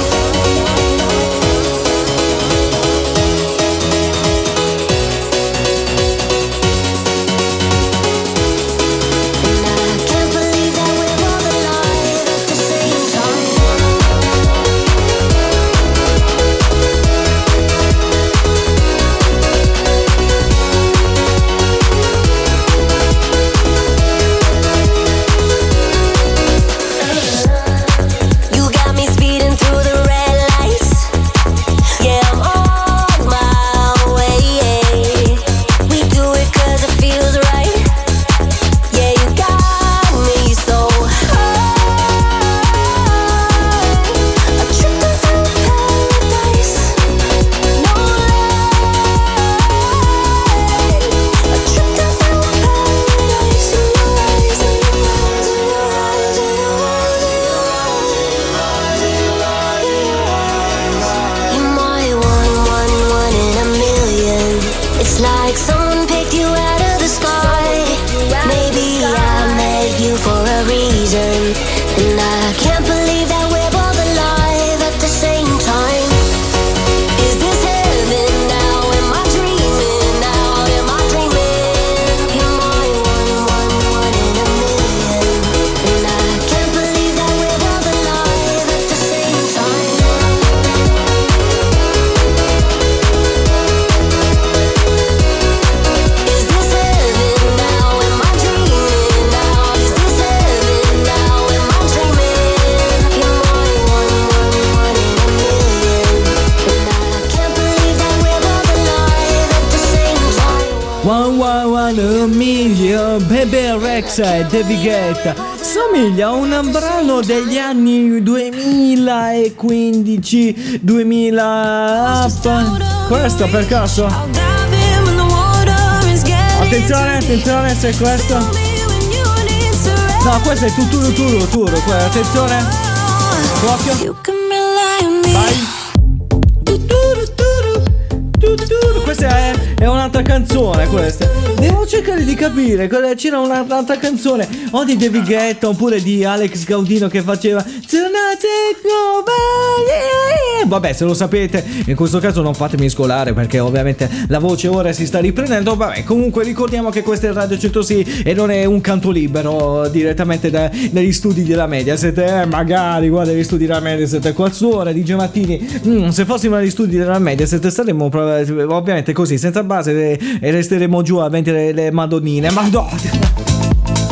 Bebe Rexha e David Guetta somiglia a un brano degli anni 2015 2000 questo per caso? Attenzione se questo, no, questo è Tuturo, attenzione, occhio, vai. Questa è un'altra canzone, questa. Devo cercare di capire. C'era un'altra canzone o di David Guetta oppure di Alex Gaudino che faceva vabbè, se lo sapete, in questo caso non fatemi scolare perché ovviamente la voce ora si sta riprendendo. Vabbè, comunque ricordiamo che questo è Radio 106 e non è un canto libero direttamente dagli studi della Mediaset. Magari, guarda, gli studi della Mediaset qua su ora, DJ Martini. Se fossimo negli studi della Mediaset saremmo ovviamente così, senza base, e resteremo giù a vendere le madonnine. Madonna!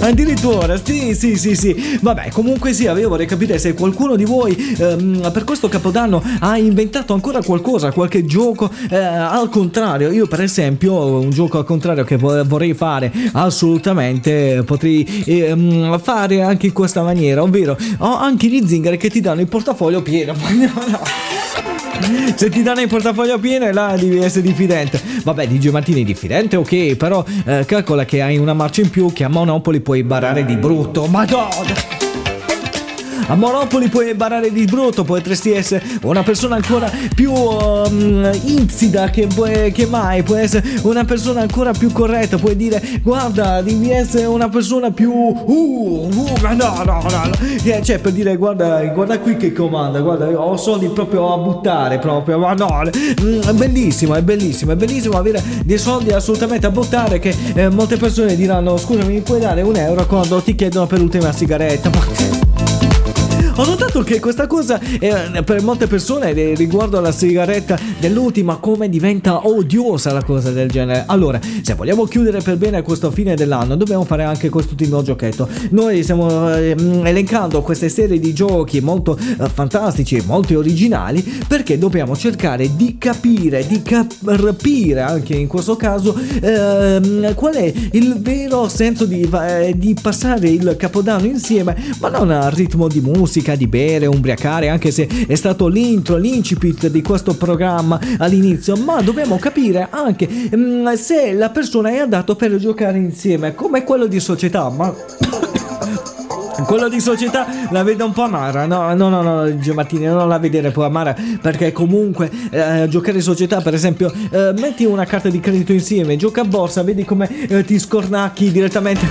Addirittura, sì. Vabbè, comunque sia, io vorrei capire se qualcuno di voi per questo Capodanno ha inventato ancora qualcosa, qualche gioco al contrario. Io per esempio un gioco al contrario che vorrei fare assolutamente, potrei fare anche in questa maniera, ovvero ho anche gli zingari che ti danno il portafoglio pieno. Se ti danno il portafoglio pieno, là devi essere diffidente. Vabbè, DJ Martini è diffidente, ok, però calcola che hai una marcia in più, che a Monopoli puoi barare di brutto. Madonna! A Monopoli puoi barare di brutto, potresti essere una persona ancora più insida che mai, puoi essere una persona ancora più corretta, puoi dire guarda, devi essere una persona più no. Cioè, per dire guarda qui che comanda, guarda, ho soldi proprio a buttare proprio, ma no, è bellissimo avere dei soldi assolutamente a buttare, che molte persone diranno scusami, mi puoi dare €1 quando ti chiedono per l'ultima sigaretta. Ho notato che questa cosa per molte persone riguardo alla sigaretta dell'ultima, come diventa odiosa la cosa del genere. Allora, se vogliamo chiudere per bene questo fine dell'anno, dobbiamo fare anche quest'ultimo giochetto. Noi stiamo elencando queste serie di giochi molto fantastici e molto originali, perché dobbiamo cercare di capire, di capire anche in questo caso qual è il vero senso di passare il Capodanno insieme, ma non al ritmo di musica, di bere, ubriacare, anche se è stato l'incipit di questo programma all'inizio, ma dobbiamo capire anche se la persona è adatta per giocare insieme, come quello di società, ma quello di società la vedo un po' amara. No, Giamattini, non la vedere un po' amara, perché comunque giocare in società, per esempio, metti una carta di credito insieme, gioca a borsa, vedi come ti scornacchi direttamente.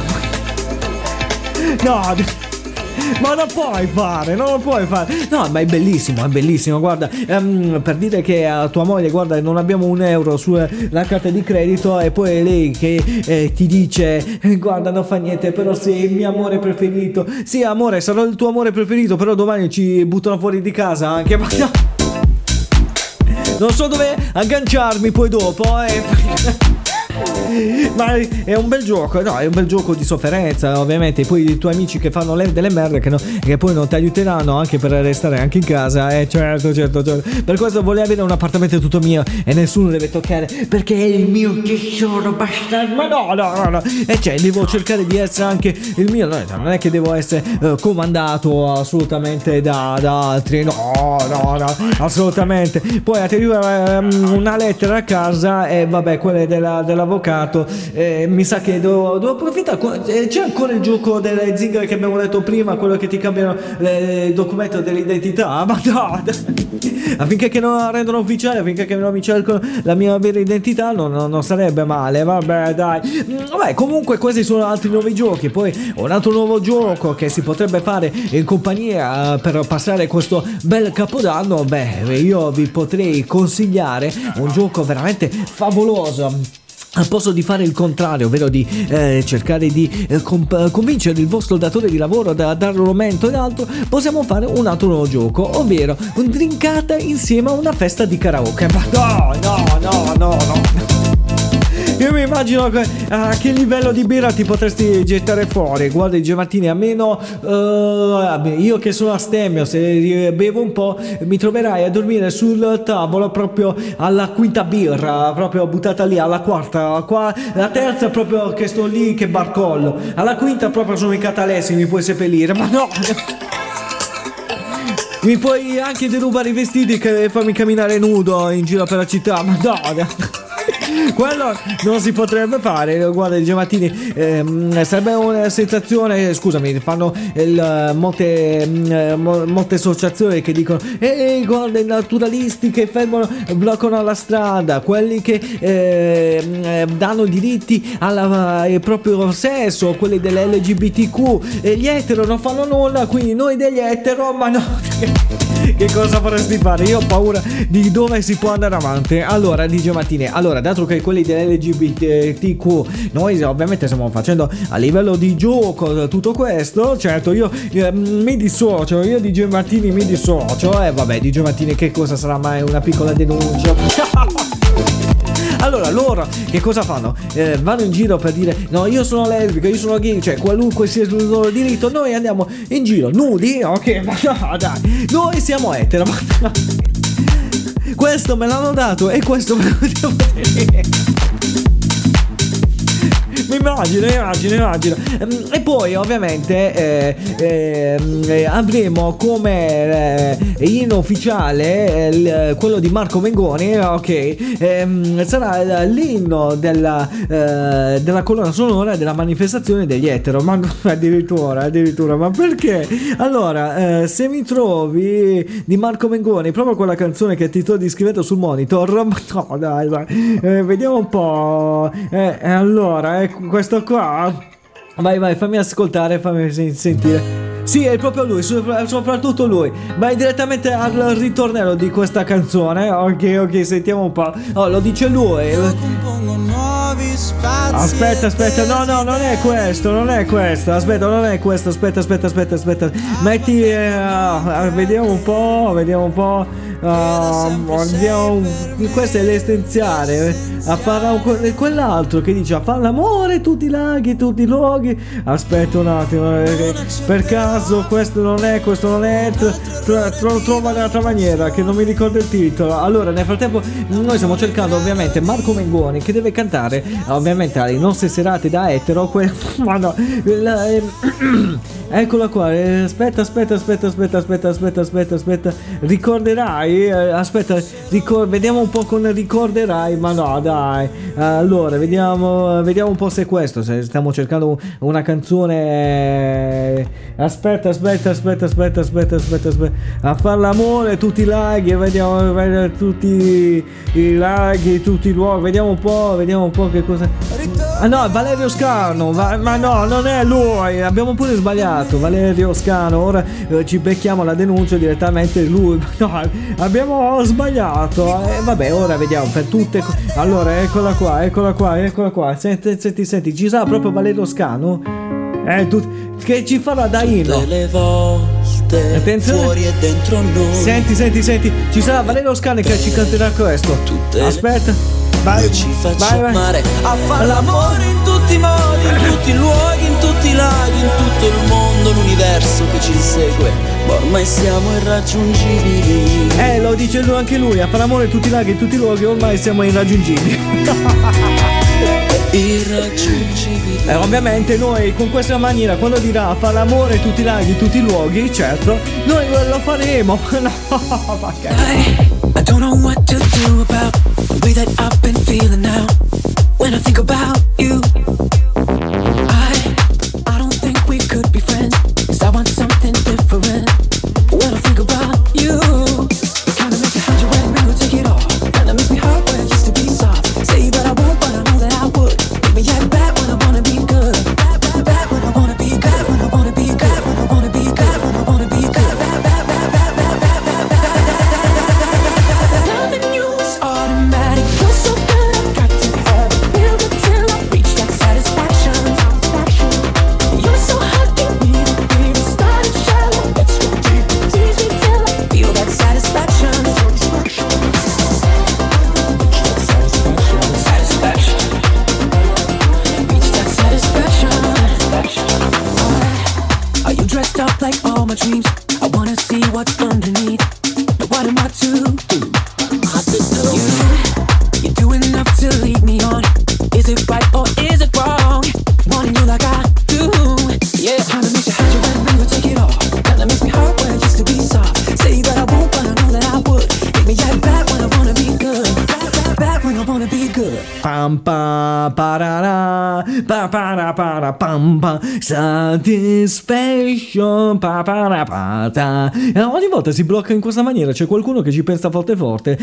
No, ma non lo puoi fare. No, ma è bellissimo, guarda, per dire che a tua moglie, guarda, non abbiamo €1 sulla carta di credito, e poi è lei che ti dice guarda, non fa niente, però sei il mio amore preferito. Sì, amore, sarò il tuo amore preferito, però domani ci buttano fuori di casa anche, ma no, non so dove agganciarmi poi dopo, ma è un bel gioco, no, è un bel gioco di sofferenza, ovviamente. Poi i tuoi amici che fanno delle merde che poi non ti aiuteranno anche per restare anche in casa, certo. Per questo voglio avere un appartamento tutto mio e nessuno deve toccare, perché è il mio tesoro, bastardo. Ma no, e cioè devo cercare di essere anche il mio, non è che devo essere comandato assolutamente da altri, no, assolutamente. Poi arriva una lettera a casa e vabbè, quella è dell'avvocato, mi sa che devo approfittare. C'è ancora il gioco delle zingare che abbiamo detto prima, quello che ti cambiano il documento dell'identità, ma no, affinché che non la rendono ufficiale, affinché che non mi cercano la mia vera identità, non sarebbe male, vabbè, dai. Vabbè, comunque questi sono altri nuovi giochi. Poi un altro nuovo gioco che si potrebbe fare in compagnia per passare questo bel Capodanno, io vi potrei consigliare un gioco veramente favoloso. Al posto di fare il contrario, ovvero di cercare di convincere il vostro datore di lavoro da dare un aumento ed altro, possiamo fare un altro nuovo gioco, ovvero un drinkata insieme a una festa di karaoke. Ma no. Io mi immagino a che livello di birra ti potresti gettare fuori. Guarda, i Giamattini, a meno io che sono astemio, se bevo un po' mi troverai a dormire sul tavolo proprio alla quinta birra, proprio buttata lì, alla quarta, qua la terza proprio che sto lì che barcollo, alla quinta proprio sono i catalessi, mi puoi seppellire. Ma no, mi puoi anche derubare i vestiti e farmi camminare nudo in giro per la città. Ma no, quello non si potrebbe fare. Guarda, i Giamattini, sarebbe una sensazione, scusami, fanno molte associazioni che dicono guarda, i naturalisti che bloccano la strada, quelli che danno diritti al proprio sesso, quelli dell'LGBTQ, e gli etero non fanno nulla, quindi noi degli etero, ma no. Che cosa vorresti fare? Io ho paura di dove si può andare avanti. Allora, DJ Mattini, dato che quelli dell'LGBTQ, noi ovviamente stiamo facendo a livello di gioco tutto questo, certo, io mi dissocio, io DJ Martini mi dissocio, vabbè, DJ Martini, che cosa sarà mai una piccola denuncia? Allora loro che cosa fanno? Vanno in giro per dire no, io sono lesbica, io sono gay, cioè qualunque sia il loro diritto. Noi andiamo in giro nudi, ok, ma no, dai, noi siamo etero. Questo me l'hanno dato e questo me lo devo tenere. Immagino. E poi ovviamente avremo come inno ufficiale quello di Marco Mengoni, ok, sarà l'inno della colonna sonora della manifestazione degli etero. Ma addirittura, ma perché? Allora, se mi trovi di Marco Mengoni proprio quella canzone che ti sto descrivendo sul monitor, no dai, vediamo un po', allora questo qua, vai, fammi ascoltare, fammi sentire. Sì, è proprio lui, soprattutto lui. Vai direttamente al ritornello di questa canzone. Ok, sentiamo un po'. Oh, lo dice lui. Aspetta, no, non è questo. Aspetta, non è questo. Aspetta. Metti, vediamo un po'. Questo è l'essenziale. A fare quell'altro che dice a fare l'amore tutti i laghi, tutti i luoghi. Aspetta un attimo, per caso questo non è trova un'altra maniera che non mi ricordo il titolo. Allora nel frattempo noi stiamo cercando ovviamente Marco Mengoni che deve cantare ovviamente alle nostre serate da etero ma no, eccola qua. Aspetta, ricorderai, vediamo un po' con ricorderai, ma no dai. Allora vediamo un po' se questo, se stiamo cercando una canzone. Aspetta, a far l'amore tutti i laghi, vediamo tutti i laghi, tutti i luoghi, vediamo un po' che cosa. Ah no, Valerio Scano, ma no, non è lui, abbiamo pure sbagliato. Valerio Scano, ora ci becchiamo la denuncia direttamente lui. No, abbiamo sbagliato. Vabbè, ora vediamo per tutte. Allora, eccola qua. Senti, ci sarà proprio Valerio Scano? Che ci farà da inno. Tutte le volte attenzione. Fuori e dentro noi. Senti, ci sarà Valerio Scano che ci canterà questo. Aspetta. Vai, ci faccio vai. amare a fare l'amore in tutti i modi, in tutti i luoghi, in tutti i laghi, in tutto il mondo, l'universo che ci insegue, ma ormai siamo irraggiungibili. Lo dice lui, anche lui, a fare amore in tutti i laghi, in tutti i luoghi, ormai siamo irraggiungibili. Irraggiungibili. Ovviamente noi con questa maniera, quando dirà a fare l'amore in tutti i laghi, in tutti i luoghi, certo, noi lo faremo. No, perché? I don't know what to do about the way that I've been feeling now. When I think about you, I don't think we could be friends, 'cause I want something different. When I think about you, it kinda makes you hide your wedding ring or take it off. Kinda makes me hurt when it used to be soft. Say that I won't, but I know that I would. Make me act bad when I wanna be good. Bad when I wanna be good. When I wanna be good. When I wanna be good. When I wanna be good. Loving you is automatic. You're so good, I've got to have it. Feel it till I reach that satisfaction. You're so hot, give me the fever. Started shallow, let's go deep. Tease me till I feel that satisfaction. Reach that satisfaction. Are you dressed up like all my dreams? I wanna see what's underneath. But what am I to do? You do enough to lead me on. Is it right or is it wrong? Wanting you like I do. Yeah, kinda makes you hide your wedding ring or take it off. Kinda makes me hurt when it used to be soft. Say that I won't, but I know that I would. Make me act bad when I wanna be good. Bad when I wanna be good. Pam pa parara, pa para para pam pam, satisfaction, pa para pata. Ogni volta si blocca in questa maniera, c'è qualcuno che ci pensa forte.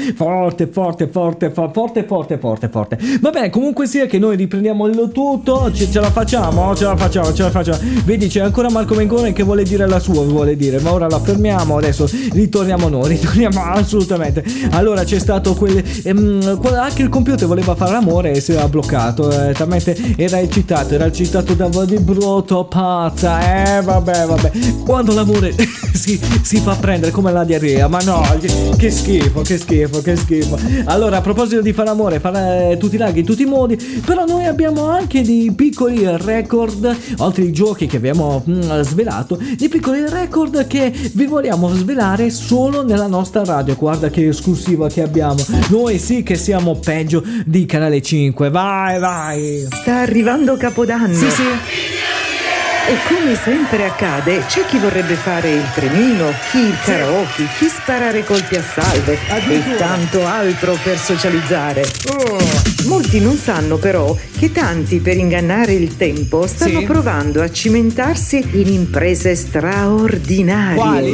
Va bene, comunque sia che noi riprendiamo il tutto, ce la facciamo. Vedi, c'è ancora Marco Mengoni che vuole dire la sua, ma ora la fermiamo, adesso ritorniamo assolutamente. Allora c'è stato anche il computer voleva fare l'amore e si era bloccato, talmente era eccitato da di brutto, pazza. Vabbè, quando l'amore si fa prendere come la diarrea. Ma no, che schifo. Allora, a proposito di fare amore, fare tutti i laghi in tutti i modi, però noi abbiamo anche dei piccoli record, oltre ai giochi che abbiamo svelato, dei piccoli record che vi vogliamo svelare solo nella nostra radio. Guarda che esclusiva che abbiamo. Noi sì che siamo peggio di Canale 5. Vai. Sta arrivando Capodanno. Sì. E come sempre accade, c'è chi vorrebbe fare il trenino, chi il karaoke, chi sparare colpi a salve e tanto altro per socializzare. Molti non sanno però che tanti, per ingannare il tempo, stanno provando a cimentarsi in imprese straordinarie. Quali?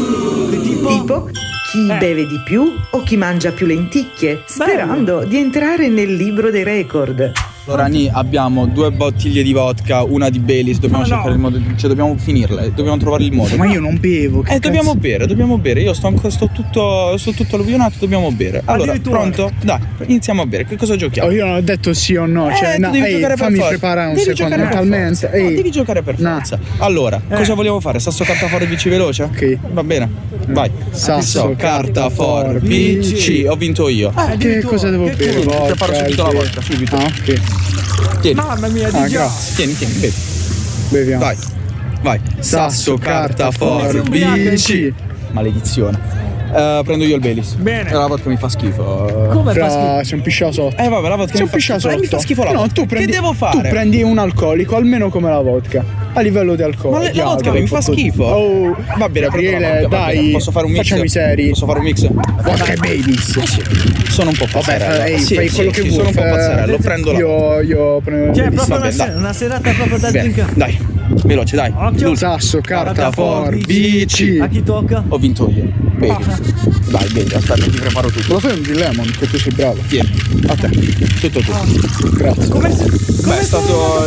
Tipo chi beve di più o chi mangia più lenticchie, sperando di entrare nel libro dei record. Allora abbiamo 2 bottiglie di vodka, una di Baileys, dobbiamo cercare il modo, cioè dobbiamo finirle, dobbiamo trovare il modo. Ma io non bevo. Dobbiamo bere, io sto tutto alluvionato, dobbiamo bere. Allora, pronto? Dai, iniziamo a bere. Che cosa giochiamo? Io non ho detto sì o no, cioè no, devi giocare fammi per preparare un devi secondo giocare mentalmente. No, devi giocare per forza. Allora, cosa vogliamo fare? Sasso, carta, forbici veloce? Ok. Va bene. Vai. Sasso, carta, forbici. Ho vinto io. Che cosa devo bere? Preparo subito la vodka, subito. Ok. Tieni. Mamma mia, di già. Tieni, bevi. Beviamo. Vai. Sasso, carta, forbici. Maledizione. Prendo io il Baileys. Bene. La vodka mi fa schifo. Come fa schifo? Sei un pisciato sotto. Vabbè, la vodka mi fa schifo. Mi fa schifo la vodka. Che devo fare? Tu prendi un alcolico almeno come la vodka, a livello di alcol. Ma la vodka mi fa schifo. Oh, va bene, Gabriele, dai. Posso fare un mix? Facciamo i seri. Posso fare un mix? Vodka e Baileys. Sono un po' pazzerello. Fai quello che vuoi. Sono un po' pazzerello. Prendo la. Io prendo. Cioè, proprio una serata proprio da zinca. Dai, veloce, dai. Sasso, carta, forbici. A chi tocca? Ho vinto io. Bevi. Dai, bevi, aspetta, ti preparo tutto. Lo fai un Gin Lemon, che tu sei bravo. Tieni, a te. Tutto tu. Grazie. Come è stato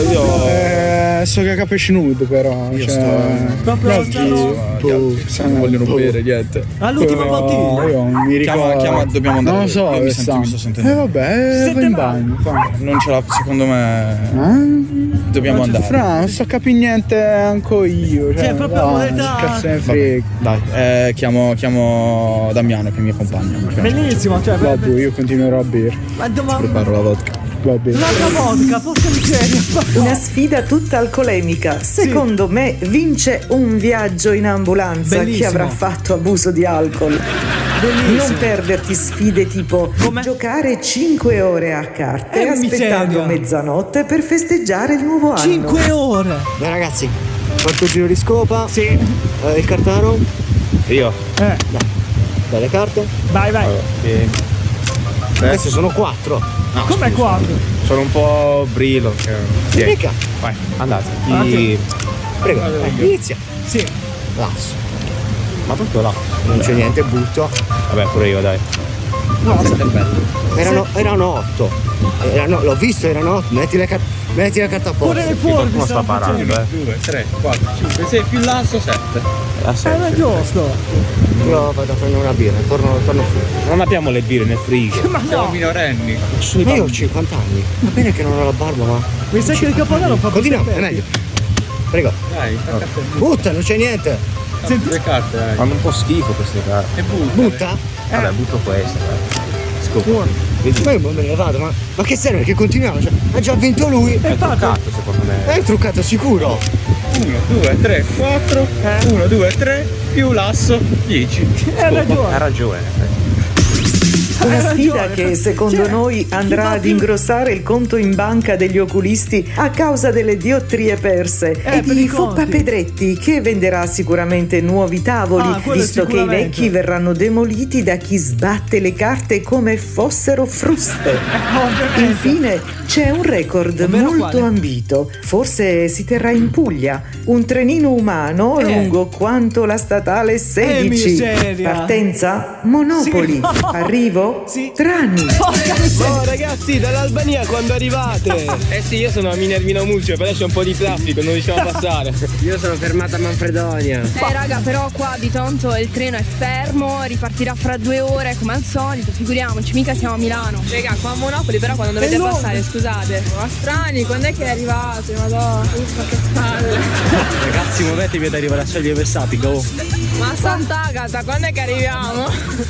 io. So che capisci nudo, però. Io proprio non vogliono bere niente. All'ultima bottiglia. Io mi ricordo. Chiama, dobbiamo andare. Non lo so, io mi sto sentendo. Vabbè, vai in bagno. Non ce l'ha, secondo me. Dobbiamo andare. Fra, non sto a capire niente anche io. Cioè, proprio modalità. Cazzo ne frega. Dai, chiamo Damiano che è mio compagno. Bellissimo, cioè. Vabbè, io continuerò a bere. Preparo la vodka. Va bene. L'altra vodka, porca miseria. Una sfida tutta alcolemica. Secondo me vince un viaggio in ambulanza. Bellissimo. Chi avrà fatto abuso di alcol. Bellissimo. Non perderti sfide tipo giocare 5 ore a carte aspettando mezzanotte per festeggiare il nuovo anno. 5 ore. Beh ragazzi, quarto giro di scopa. Sì. Il cartaro. Io. Dai, le carte. Vai. Queste sono 4. No, Com'è 4? Sono un po' brillo. Mica. Vai, andate. Prego, inizia. Sì. Lasso. Ma proprio là. Non c'è niente, butto. Vabbè, pure io, dai. No, È bello. Erano 8. L'ho visto, erano 8. Metti la carta a posto. pure nel forno. Come sta parando, 2, 3, 4, 5, 6 più l'asso 7. Era giusto. Io vado a prendere una birra, torno fuori. Non abbiamo le birre nel frigo. Ma no. Siamo minorenni. Ma io ho 50 anni. Va bene che non ho la barba, ma. Mi sa che il capodanno fa Continuiamo, è meglio. Prego. Dai, Butta, non c'è niente. senti le carte, dai. Fanno un po' schifo queste carte. E butta? Vabbè, butto questa, dai. Vedi? Ma io me ne vado, ma che serve? Che continuiamo? Cioè, ha già vinto lui. È truccato secondo me. È truccato sicuro. 1, 2, 3, 4. 1, 2, 3 più l'asso 10. Hai ragione. Ha ragione. Una sfida che secondo noi andrà ad ingrossare il conto in banca degli oculisti a causa delle diottrie perse e di Foppa Pedretti, che venderà sicuramente nuovi tavoli, visto che i vecchi verranno demoliti da chi sbatte le carte come fossero fruste. Infine c'è un record molto ambito, forse si terrà in Puglia, un trenino umano lungo quanto la statale 16. miseria. Partenza Monopoli, arrivo Piero Trani. Oh ragazzi, dall'Albania quando arrivate? Sì, io sono a Minervino Mulcio, però c'è un po' di traffico, non riusciamo a passare. Io sono fermato a Manfredonia. Raga, però qua di Tonto il treno è fermo, ripartirà fra 2 ore come al solito, figuriamoci, mica siamo a Milano. Raga, qua a Monopoli però quando dovete passare, scusate. Ma strani, quando è che è arrivato? Madonna, uffa che palle. Ragazzi, muovetevi ad arrivare a scegliere Versapica, oh. Ma Sant'Agata, quando è che arriviamo?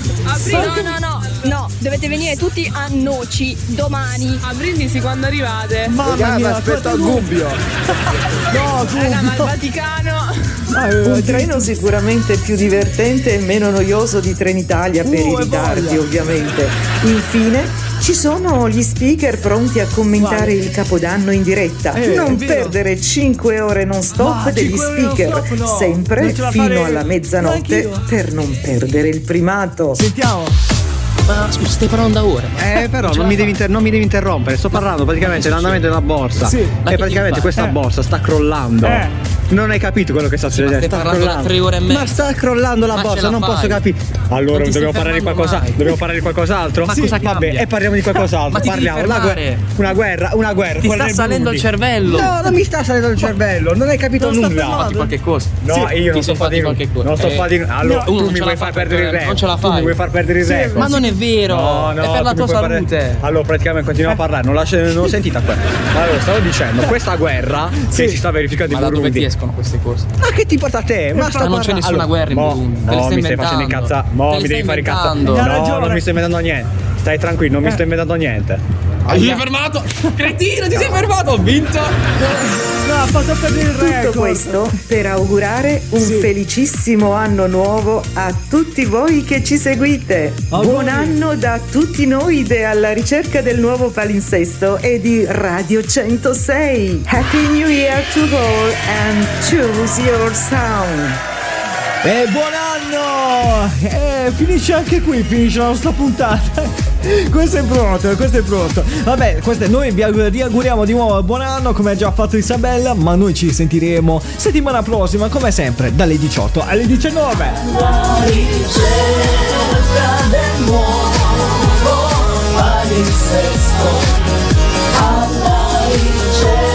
No, dovete venire tutti a Noci domani. A Brindisi quando arrivate? Mamma mia, aspetta Gubbio. No, Raga, ma il Vaticano. Un treno sicuramente più divertente e meno noioso di Trenitalia per i ritardi, ovviamente. Infine ci sono gli speaker pronti a commentare il Capodanno in diretta. Non perdere 5 ore non stop degli speaker, sempre fino alla mezzanotte per non perdere il primato. Sentiamo. Ma scusa, stai parlando da ore. Però non mi devi interrompere. Sto parlando praticamente dell'andamento della borsa. Sì. E praticamente questa borsa sta crollando. Non hai capito quello che sta succedendo? Sta crollando. 3 ore e mezza. Ma sta crollando la borsa, non posso capire. Allora dobbiamo parlare di qualcos'altro. Dobbiamo parlare di qualcos'altro? Ma cosa cambia? Vabbè, e parliamo di qualcos'altro. Ma parliamo una guerra. Ti sta salendo il cervello. No, non mi sta salendo il cervello. Non hai capito nulla. Fatti qualche cosa. No, io non sto facendo qualche cosa. Non sto facendo. Allora tu mi vuoi far perdere il record. Non ce la fai. Tu mi vuoi far perdere il record. Ma non è vero. No, è per la tua salute. Allora praticamente continuiamo a parlare. Non l'ho sentita qua. Allora stavo dicendo, questa guerra che si sta verificando in Burundi. Ma da dove ti escono queste cose? Ma che ti porta a te? Ma non c'è nessuna guerra in Burundi. No, mi stai facendo incazzare. No, mi devi fare incazzare. No, non mi sto inventando niente. Stai tranquillo, non mi sto inventando niente. Ti sei fermato? Cretino, ti sei fermato, ho vinto! No, ha fatto perdere il record. Tutto questo per augurare un felicissimo anno nuovo a tutti voi che ci seguite. Buon anno da tutti noi alla ricerca del nuovo palinsesto e di Radio 106. Happy New Year to all and choose your sound. E buon anno! Finisce anche qui, finisce la nostra puntata. Questo è pronto. Vabbè, noi vi riauguriamo di nuovo buon anno, come ha già fatto Isabella, ma noi ci sentiremo settimana prossima, come sempre, dalle 18 alle 19. La ricerca del nuovo palinsesto, alla ricerca